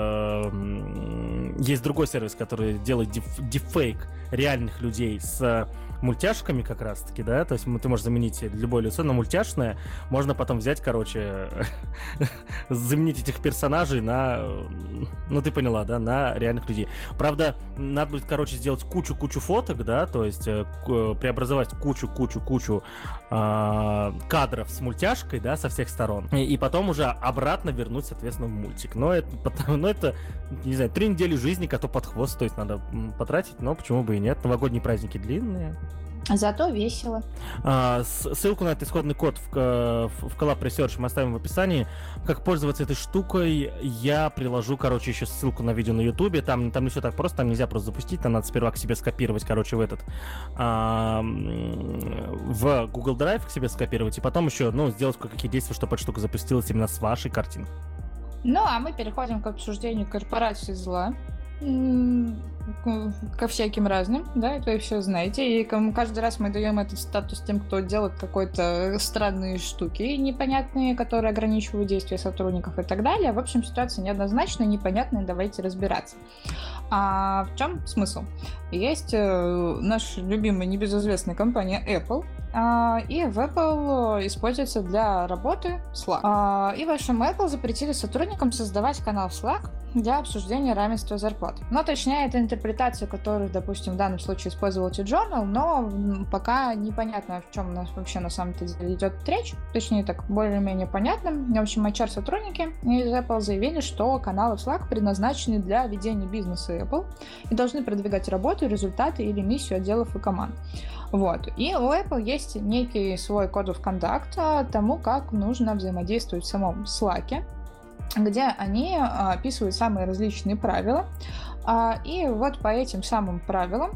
Э- есть другой сервис, который делает диф- диффейк реальных людей с мультяшками как раз-таки, да, то есть ты можешь заменить любое лицо на мультяшное, можно потом взять, короче, заменить этих персонажей на, ну ты поняла, да, на реальных людей. Правда, надо будет, короче, сделать кучу-кучу фоток, да, то есть преобразовать кучу-кучу-кучу э, кадров с мультяшкой, да, со всех сторон, и, и потом уже обратно вернуть, соответственно, в мультик. Но это, но это, не знаю, три недели жизни коту под хвост, то есть надо потратить, но почему бы и нет, новогодние праздники длинные. Зато весело. А, ссылку на этот исходный код в, в, в Collab Research мы оставим в описании. Как пользоваться этой штукой, я приложу, короче, еще ссылку на видео на Ютубе. Там, там не все так просто, там нельзя просто запустить, там надо сперва к себе скопировать, короче, в этот а, в Google Drive к себе скопировать, и потом еще, ну, сделать кое-какие действия, чтобы эта штука запустилась именно с вашей картинкой. Ну, а мы переходим к обсуждению корпорации зла. Ко всяким разным, да, это вы все знаете, и каждый раз мы даем этот статус тем, кто делает какой-то странные штуки непонятные, которые ограничивают действия сотрудников и так далее. В общем, ситуация неоднозначная, непонятная, давайте разбираться. А в чем смысл? Есть э, наша любимая небезызвестная компания Apple, Uh, и в Apple используется для работы Slack. Uh, и в общем, Apple запретили сотрудникам создавать канал в Slack для обсуждения равенства зарплат. Но точнее, это интерпретация, которую, допустим, в данном случае использовал T-Journal, но пока непонятно, в чем у нас вообще на самом деле идет речь. Точнее, так более-менее понятно. В общем, эйч ар-сотрудники из Apple заявили, что каналы в Slack предназначены для ведения бизнеса Apple и должны продвигать работу, результаты или миссию отделов и команд. Вот. И у Apple есть некий свой код of conduct тому, как нужно взаимодействовать в самом Slack, где они описывают самые различные правила. И вот по этим самым правилам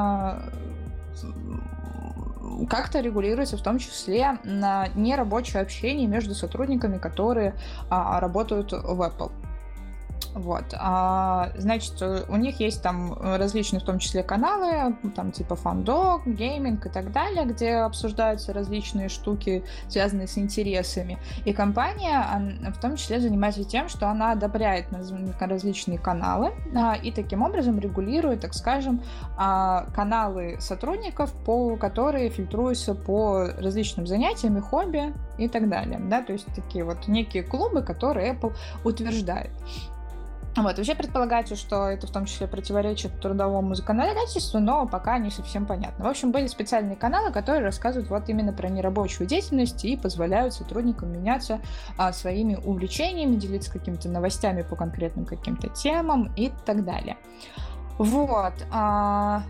как-то регулируется в том числе на нерабочее общение между сотрудниками, которые работают в Apple. Вот, а, значит, у них есть там различные, в том числе, каналы, там типа фандок, гейминг и так далее, где обсуждаются различные штуки, связанные с интересами. И компания в том числе занимается тем, что она одобряет различные каналы а, и таким образом регулирует, так скажем, а, каналы сотрудников, по, которые фильтруются по различным занятиям и хобби и так далее. Да? То есть такие вот некие клубы, которые Apple утверждает. Вот, вообще предполагается, что это в том числе противоречит трудовому законодательству, но пока не совсем понятно. В общем, были специальные каналы, которые рассказывают вот именно про нерабочую деятельность и позволяют сотрудникам меняться а, своими увлечениями, делиться какими-то новостями по конкретным каким-то темам и так далее. Вот. А...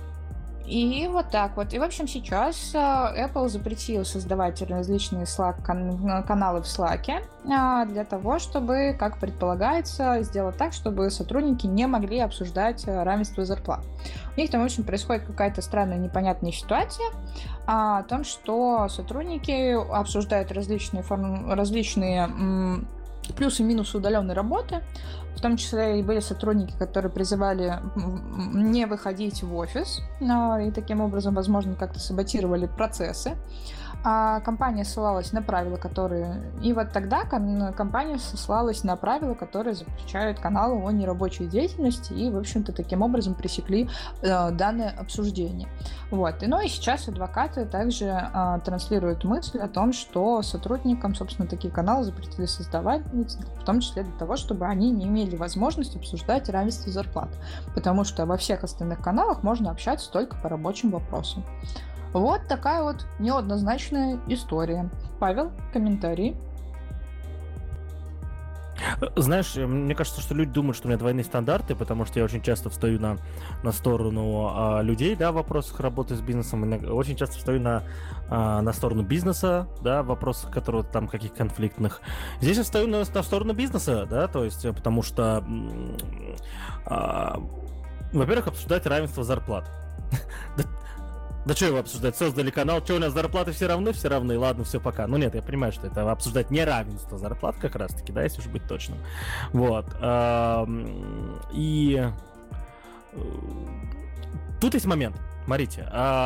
И вот так вот. И, в общем, сейчас Apple запретил создавать различные Slack, каналы в Slack для того, чтобы, как предполагается, сделать так, чтобы сотрудники не могли обсуждать равенство зарплат. У них там, в общем, происходит какая-то странная, непонятная ситуация о том, что сотрудники обсуждают различные, форм... различные м- плюсы и минусы удаленной работы. В том числе и были сотрудники, которые призывали не выходить в офис, и таким образом, возможно, как-то саботировали процессы. А компания ссылалась на правила, которые... И вот тогда компания ссылалась на правила, которые запрещают каналу о нерабочей деятельности и, в общем-то, таким образом пресекли э, данное обсуждение. Вот. И, ну и сейчас адвокаты также э, транслируют мысль о том, что сотрудникам, собственно, такие каналы запретили создавать, в том числе для того, чтобы они не имели возможности обсуждать равенство зарплат, потому что во всех остальных каналах можно общаться только по рабочим вопросам. Вот такая вот неоднозначная история. Павел, комментарий? Знаешь, мне кажется, что люди думают, что у меня двойные стандарты, потому что я очень часто встаю на, на сторону а, людей, да, в вопросах работы с бизнесом, и очень часто встаю на, а, на сторону бизнеса, да, в вопросах, которые там каких конфликтных. Здесь я встаю на, на сторону бизнеса, да, то есть, потому что, а, во-первых, обсуждать равенство зарплат. Да что его обсуждать? Создали канал, что у нас зарплаты все равны? Все равны, ладно, все, пока. Ну нет, я понимаю, что это обсуждать неравенство зарплат как раз-таки, да, если уж быть точным. Вот. И тут есть момент, смотрите.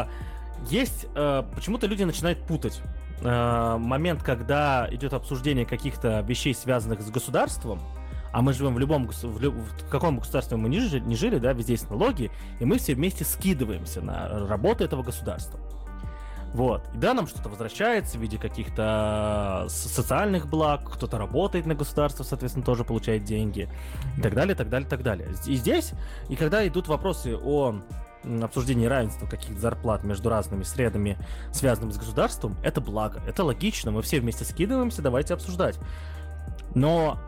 Есть, почему-то люди начинают путать момент, когда идет обсуждение каких-то вещей, связанных с государством, а мы живем в любом, в, люб, в каком государстве мы не жили, не жили, да, везде есть налоги, и мы все вместе скидываемся на работу этого государства. Вот. И да, нам что-то возвращается в виде каких-то социальных благ, кто-то работает на государство, соответственно, тоже получает деньги, и так далее, так далее, так далее. И здесь, и когда идут вопросы о обсуждении равенства каких-то зарплат между разными средами, связанными с государством, это благо, это логично, мы все вместе скидываемся, давайте обсуждать. Но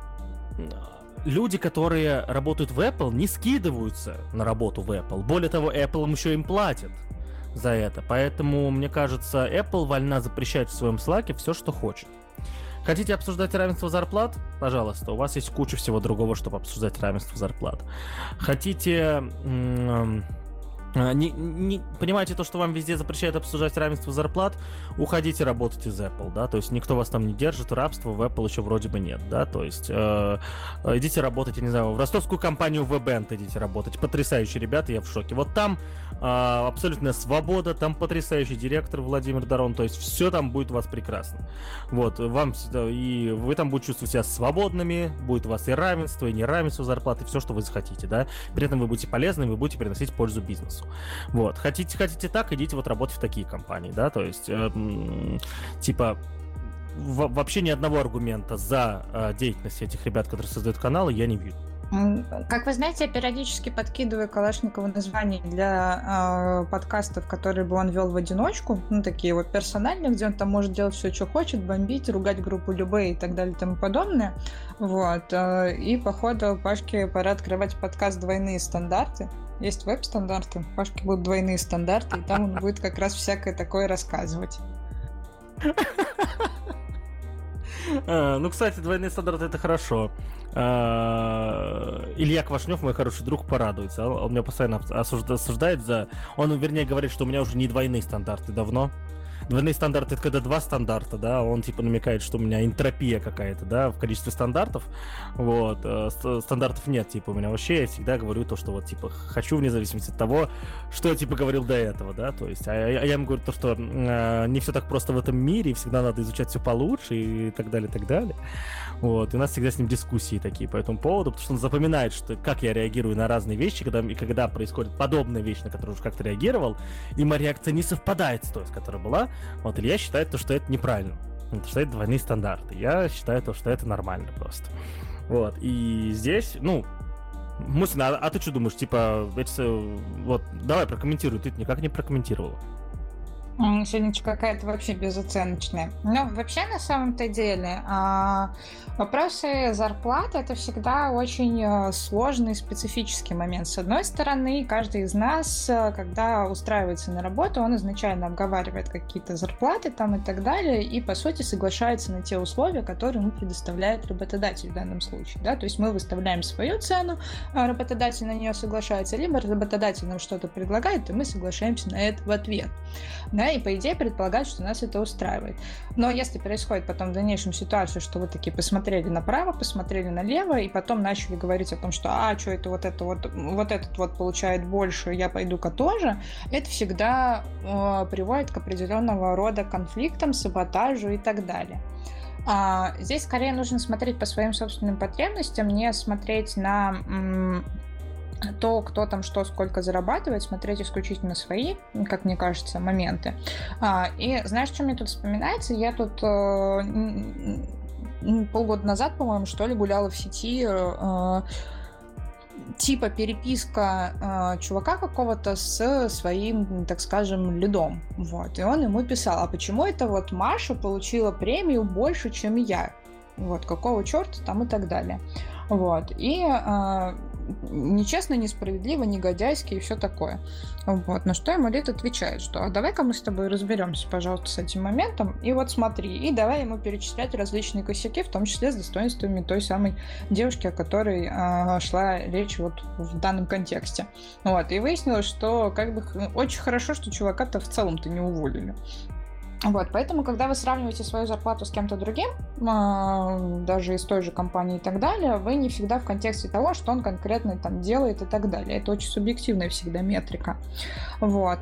люди, которые работают в Apple, не скидываются на работу в Apple. Более того, Apple им еще им платит за это. Поэтому, мне кажется, Apple вольна запрещать в своем Slack все, что хочет. Хотите обсуждать равенство зарплат? Пожалуйста, у вас есть куча всего другого, чтобы обсуждать равенство зарплат. Хотите... М- Не, не понимаете то, что вам везде запрещают обсуждать равенство зарплат, уходите работать из Apple, да, то есть никто вас там не держит, рабства в Apple еще вроде бы нет, да, то есть э, идите работать, я не знаю, в ростовскую компанию Webend идите работать, потрясающие ребята, я в шоке, вот там э, абсолютная свобода, там потрясающий директор Владимир Дарон, то есть все там будет у вас прекрасно, вот, вам, и вы там будете чувствовать себя свободными, будет у вас и равенство, и неравенство зарплаты, все, что вы захотите, да, при этом вы будете полезны, вы будете приносить пользу бизнесу. Вот, хотите, хотите так, идите вот работать в такие компании, да, то есть, э, типа, в, вообще ни одного аргумента за э, деятельность этих ребят, которые создают каналы, я не вижу. Как вы знаете, я периодически подкидываю Калашникову названия для э, подкастов, которые бы он вел в одиночку, ну, такие вот персональные, где он там может делать все, что хочет, бомбить, ругать группу любые и так далее и тому подобное. Вот, э, и, походу, Пашке пора открывать подкаст «Двойные стандарты». Есть веб-стандарты, Пашки будут двойные стандарты, и там он будет как раз всякое такое рассказывать. Ну, кстати, двойные стандарты — это хорошо. Илья Квашнев, мой хороший друг, порадуется. Он меня постоянно осуждает за... Он, вернее, говорит, что у меня уже не двойные стандарты давно. Двойные стандарты — это когда два стандарта, да, он типа намекает, что у меня энтропия какая-то, да, в количестве стандартов, вот, стандартов нет, типа, у меня вообще, я всегда говорю то, что вот, типа, хочу вне зависимости от того, что я, типа, говорил до этого, да, то есть, а я, я ему говорю то, что э, не все так просто в этом мире, всегда надо изучать все получше и так далее, и так далее, вот, и у нас всегда с ним дискуссии такие по этому поводу, потому что он запоминает, что как я реагирую на разные вещи, когда, и когда происходит подобная вещь, на которую уже как-то реагировал, и моя реакция не совпадает с той, с которой была. Вот, Илья считает то, что это неправильно. Он считает двойные стандарты. Я считаю то, что это нормально просто. Вот, и здесь, ну, Мусина, а, а ты что думаешь, типа, эти, вот, давай прокомментируй, ты никак не прокомментировала. Сегодня какая-то вообще безоценочная. Но вообще, на самом-то деле, вопросы зарплат — это всегда очень сложный специфический момент. С одной стороны, каждый из нас, когда устраивается на работу, он изначально обговаривает какие-то зарплаты там и так далее, и, по сути, соглашается на те условия, которые ему предоставляет работодатель в данном случае. Да? То есть мы выставляем свою цену, работодатель на нее соглашается, либо работодатель нам что-то предлагает, и мы соглашаемся на это в ответ. Да? И, по идее, предполагать, что нас это устраивает. Но если происходит потом в дальнейшем ситуация, что вы такие посмотрели направо, посмотрели налево, и потом начали говорить о том, что а, что это вот это вот, вот этот вот получает больше, я пойду-ка тоже, это всегда э, приводит к определенного рода конфликтам, саботажу и так далее. А, здесь скорее нужно смотреть по своим собственным потребностям, не смотреть на... М- то, кто там что, сколько зарабатывает, смотреть исключительно свои, как мне кажется, моменты. А, и знаешь, что мне тут вспоминается? Я тут э, полгода назад, по-моему, что ли, гуляла в сети, э, типа переписка э, чувака какого-то с своим, так скажем, лидом. Вот. И он ему писал, а почему это вот Маша получила премию больше, чем я? Вот, какого черта там и так далее. Вот, и э, нечестно, несправедливо, негодяйски и все такое. Вот, на что ему Лид отвечает, что а давай-ка мы с тобой разберемся, пожалуйста, с этим моментом, и вот смотри, и давай ему перечислять различные косяки, в том числе с достоинствами той самой девушки, о которой э, шла речь вот в данном контексте. Вот, и выяснилось, что как бы очень хорошо, что чувака-то в целом-то не уволили. Вот, поэтому, когда вы сравниваете свою зарплату с кем-то другим, даже из той же компании и так далее, вы не всегда в контексте того, что он конкретно там делает и так далее. Это очень субъективная всегда метрика. Вот.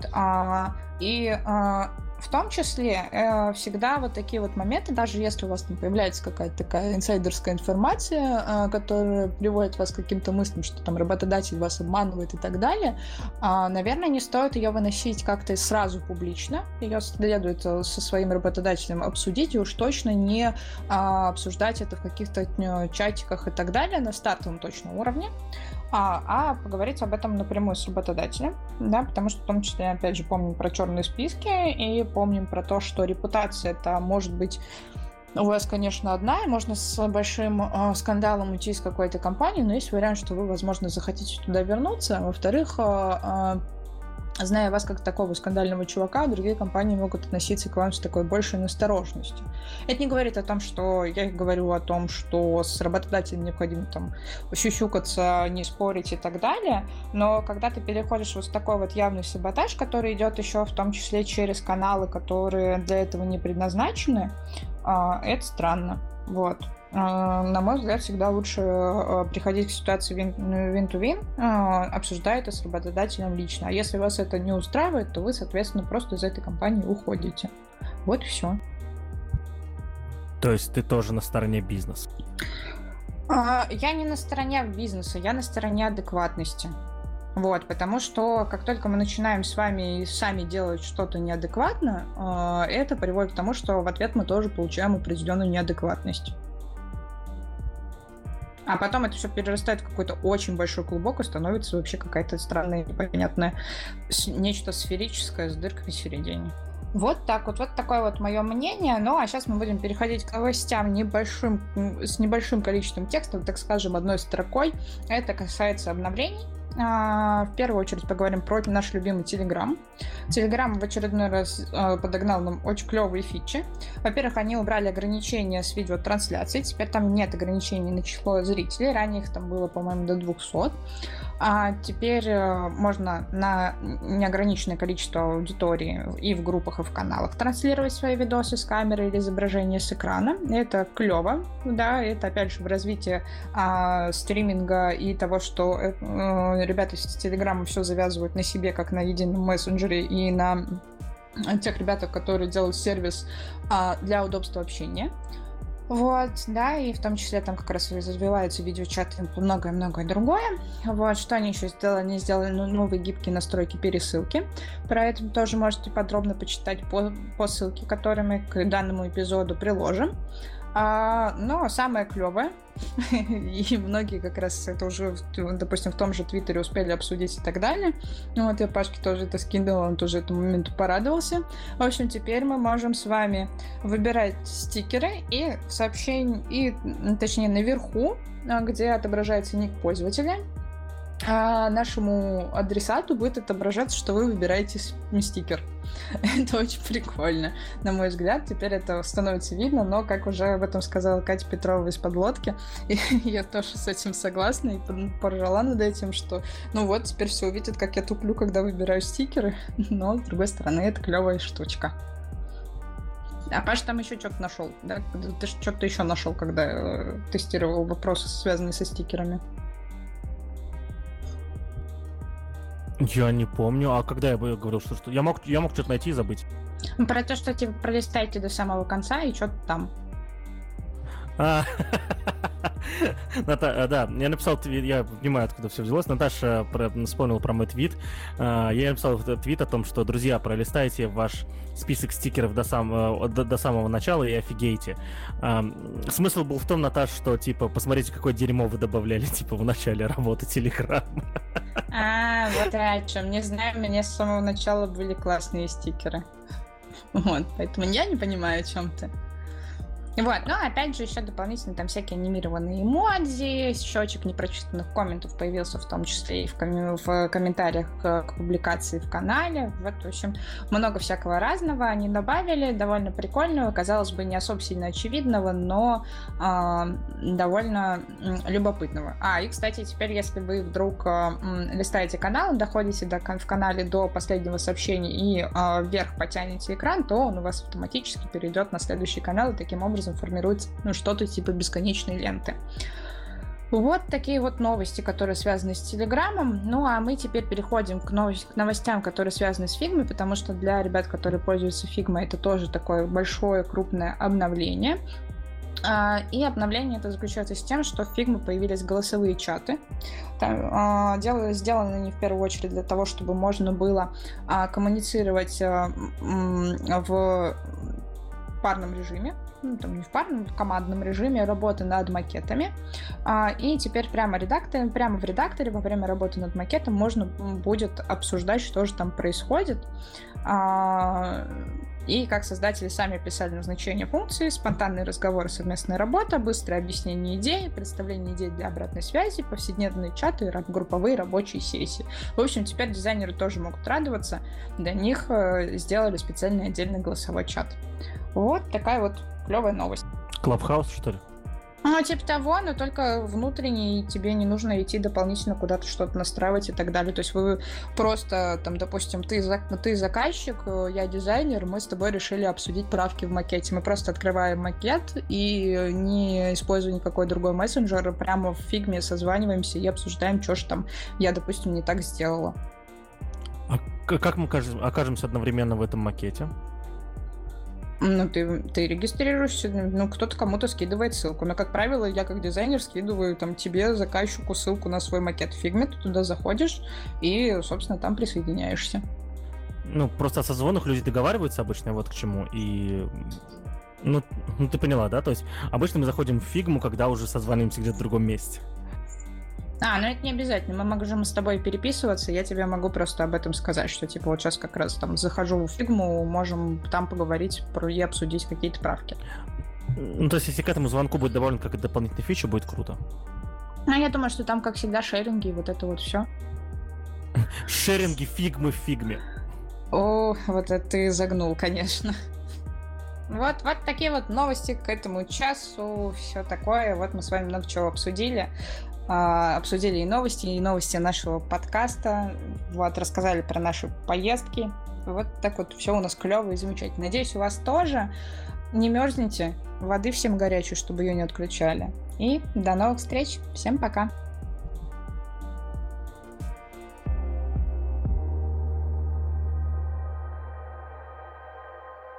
И в том числе всегда вот такие вот моменты, даже если у вас там появляется какая-то такая инсайдерская информация, которая приводит вас к каким-то мыслям, что там работодатель вас обманывает и так далее, наверное, не стоит ее выносить как-то сразу публично. Ее следует со своим работодателем обсудить и уж точно не обсуждать это в каких-то чатиках и так далее на стартовом точно уровне. А, а поговорить об этом напрямую с работодателем, да, потому что в том числе, опять же, помним про черные списки и помним про то, что репутация это может быть у вас, конечно, одна, и можно с большим э, скандалом уйти из какой-то компании, но есть вариант, что вы, возможно, захотите туда вернуться. Во-вторых, э, э, зная вас как такого скандального чувака, другие компании могут относиться к вам с такой большей настороженностью. Это не говорит о том, что я говорю о том, что с работодателем необходимо там щущукаться, не спорить и так далее, но когда ты переходишь вот в такой вот явный саботаж, который идет еще в том числе через каналы, которые для этого не предназначены, это странно. Вот. На мой взгляд, всегда лучше приходить к ситуации win-to-win, обсуждая это с работодателем лично. А если вас это не устраивает, то вы, соответственно, просто из этой компании уходите. Вот и все. То есть ты тоже на стороне бизнеса? Я не на стороне бизнеса, я на стороне адекватности. Вот, потому что как только мы начинаем с вами и сами делать что-то неадекватно, это приводит к тому, что в ответ мы тоже получаем определенную неадекватность. А потом это все перерастает в какой-то очень большой клубок и становится вообще какая-то странная, непонятная, нечто сферическое с дыркой в середине. Вот так вот, вот такое вот мое мнение. Ну, а сейчас мы будем переходить к новостям небольшим, с небольшим количеством текстов, так скажем, одной строкой. Это касается обновлений. В первую очередь поговорим про наш любимый Telegram. Telegram в очередной раз подогнал нам очень клевые фичи. Во-первых, они убрали ограничения с видеотрансляцией. Теперь там нет ограничений на число зрителей. Ранее их там было, по-моему, до двухсот. А теперь можно на неограниченное количество аудитории и в группах, и в каналах транслировать свои видосы с камеры или изображения с экрана. Это клево, да, это опять же в развитии а, стриминга и того, что а, ребята из Телеграма все завязывают на себе, как на едином мессенджере, и на тех ребятах, которые делают сервис а, для удобства общения. Вот, да, и в том числе там как раз развиваются видеочаты и многое-многое другое. Вот, что они еще сделали? Они сделали новые гибкие настройки пересылки. Про это тоже можете подробно почитать по, по ссылке, которую мы к данному эпизоду приложим. А, но самое клевое, и многие как раз это уже, допустим, в том же Твиттере успели обсудить и так далее. Вот я Пашке тоже это скинула, он тоже этому моменту порадовался. В общем, теперь мы можем с вами выбирать стикеры и в сообщении, и, точнее, наверху, где отображается ник пользователя, а нашему адресату будет отображаться, что вы выбираете стикер. Это очень прикольно, на мой взгляд. Теперь это становится видно, но, как уже об этом сказала Катя Петрова из Подлодки, я тоже с этим согласна и поржала над этим, что ну вот, теперь все увидят, как я туплю, когда выбираю стикеры, но, с другой стороны, это клевая штучка. А Паша там еще что-то нашел, да? Ты что-то еще нашел, когда э, тестировал вопросы, связанные со стикерами? Я не помню. А когда я говорил, что, что... Я мог, я мог что-то найти и забыть. Про то, что типа пролистайте до самого конца и что-то там. Ната, да, я написал твит, я понимаю, откуда все взялось. Наташа про, вспомнила про мой твит. Я написал твит о том, что, друзья, пролистайте ваш список стикеров до, сам, до, до самого начала и офигейте. Смысл был в том, Наташа, что, типа, посмотрите, какое дерьмо вы добавляли, типа, в начале работы Телеграма. А, вот о чем. Не знаю, у меня с самого начала были классные стикеры. Вот, поэтому я не понимаю, о чем ты. Вот, но опять же еще дополнительно там всякие анимированные эмодзи, счетчик непрочитанных комментов появился в том числе и в, ком- в комментариях к, к публикации в канале. Вот, в общем, много всякого разного они добавили, довольно прикольного, казалось бы, не особо сильно очевидного, но э, довольно э, любопытного. А, и, кстати, теперь, если вы вдруг э, листаете канал, доходите до, в канале до последнего сообщения и э, вверх потянете экран, то он у вас автоматически перейдет на следующий канал, и таким образом формируется ну, что-то типа бесконечной ленты. Вот такие вот новости, которые связаны с Телеграмом. Ну, а мы теперь переходим к, новость, к новостям, которые связаны с Figma, потому что для ребят, которые пользуются Figma, это тоже такое большое, крупное обновление. И обновление это заключается с тем, что в Figma появились голосовые чаты. Там, дело, сделано они в первую очередь для того, чтобы можно было коммуницировать в парном режиме, ну, там не в парном, в командном режиме работы над макетами. А, и теперь прямо, редактор, прямо в редакторе во время работы над макетом можно будет обсуждать, что же там происходит. А, и как создатели сами писали назначение функции, спонтанные разговоры, совместная работа, быстрое объяснение идей, представление идей для обратной связи, повседневные чаты, групповые рабочие сессии. В общем, теперь дизайнеры тоже могут радоваться. Для них сделали специальный отдельный голосовой чат. Вот такая вот клевая новость. Клабхаус, что ли? Ну, типа того, но только внутренний, тебе не нужно идти дополнительно куда-то что-то настраивать и так далее. То есть вы просто, там, допустим, ты, ты заказчик, я дизайнер, мы с тобой решили обсудить правки в макете. Мы просто открываем макет и, не используя никакой другой мессенджер, прямо в фигме созваниваемся и обсуждаем, что же там я, допустим, не так сделала. А как мы окажемся одновременно в этом макете? Ну, ты, ты регистрируешься, ну, кто-то кому-то скидывает ссылку. Но, как правило, я как дизайнер скидываю там тебе, заказчику, ссылку на свой макет в Figma, ты туда заходишь и, собственно, там присоединяешься. Ну, просто о созвонах люди договариваются обычно вот к чему, и... Ну, ну, ты поняла, да? То есть обычно мы заходим в Figma, когда уже созваниваемся где-то в другом месте. А, ну это не обязательно. Мы можем с тобой переписываться, я тебе могу просто об этом сказать, что типа вот сейчас как раз там захожу в Figma, можем там поговорить про и обсудить какие-то правки. Ну, то есть, если к этому звонку будет добавлен как дополнительная фича, будет круто. А я думаю, что там, как всегда, шеринги и вот это вот все. Шеринги Фигмы в Фигме. О, вот это ты загнул, конечно. Вот, вот такие вот новости к этому часу, все такое. Вот мы с вами много чего обсудили. Uh, обсудили и новости, и новости нашего подкаста. Вот, рассказали про наши поездки. Вот так вот все у нас клево и замечательно. Надеюсь, у вас тоже. Не мерзните. Воды всем горячей, чтобы ее не отключали. И до новых встреч. Всем пока.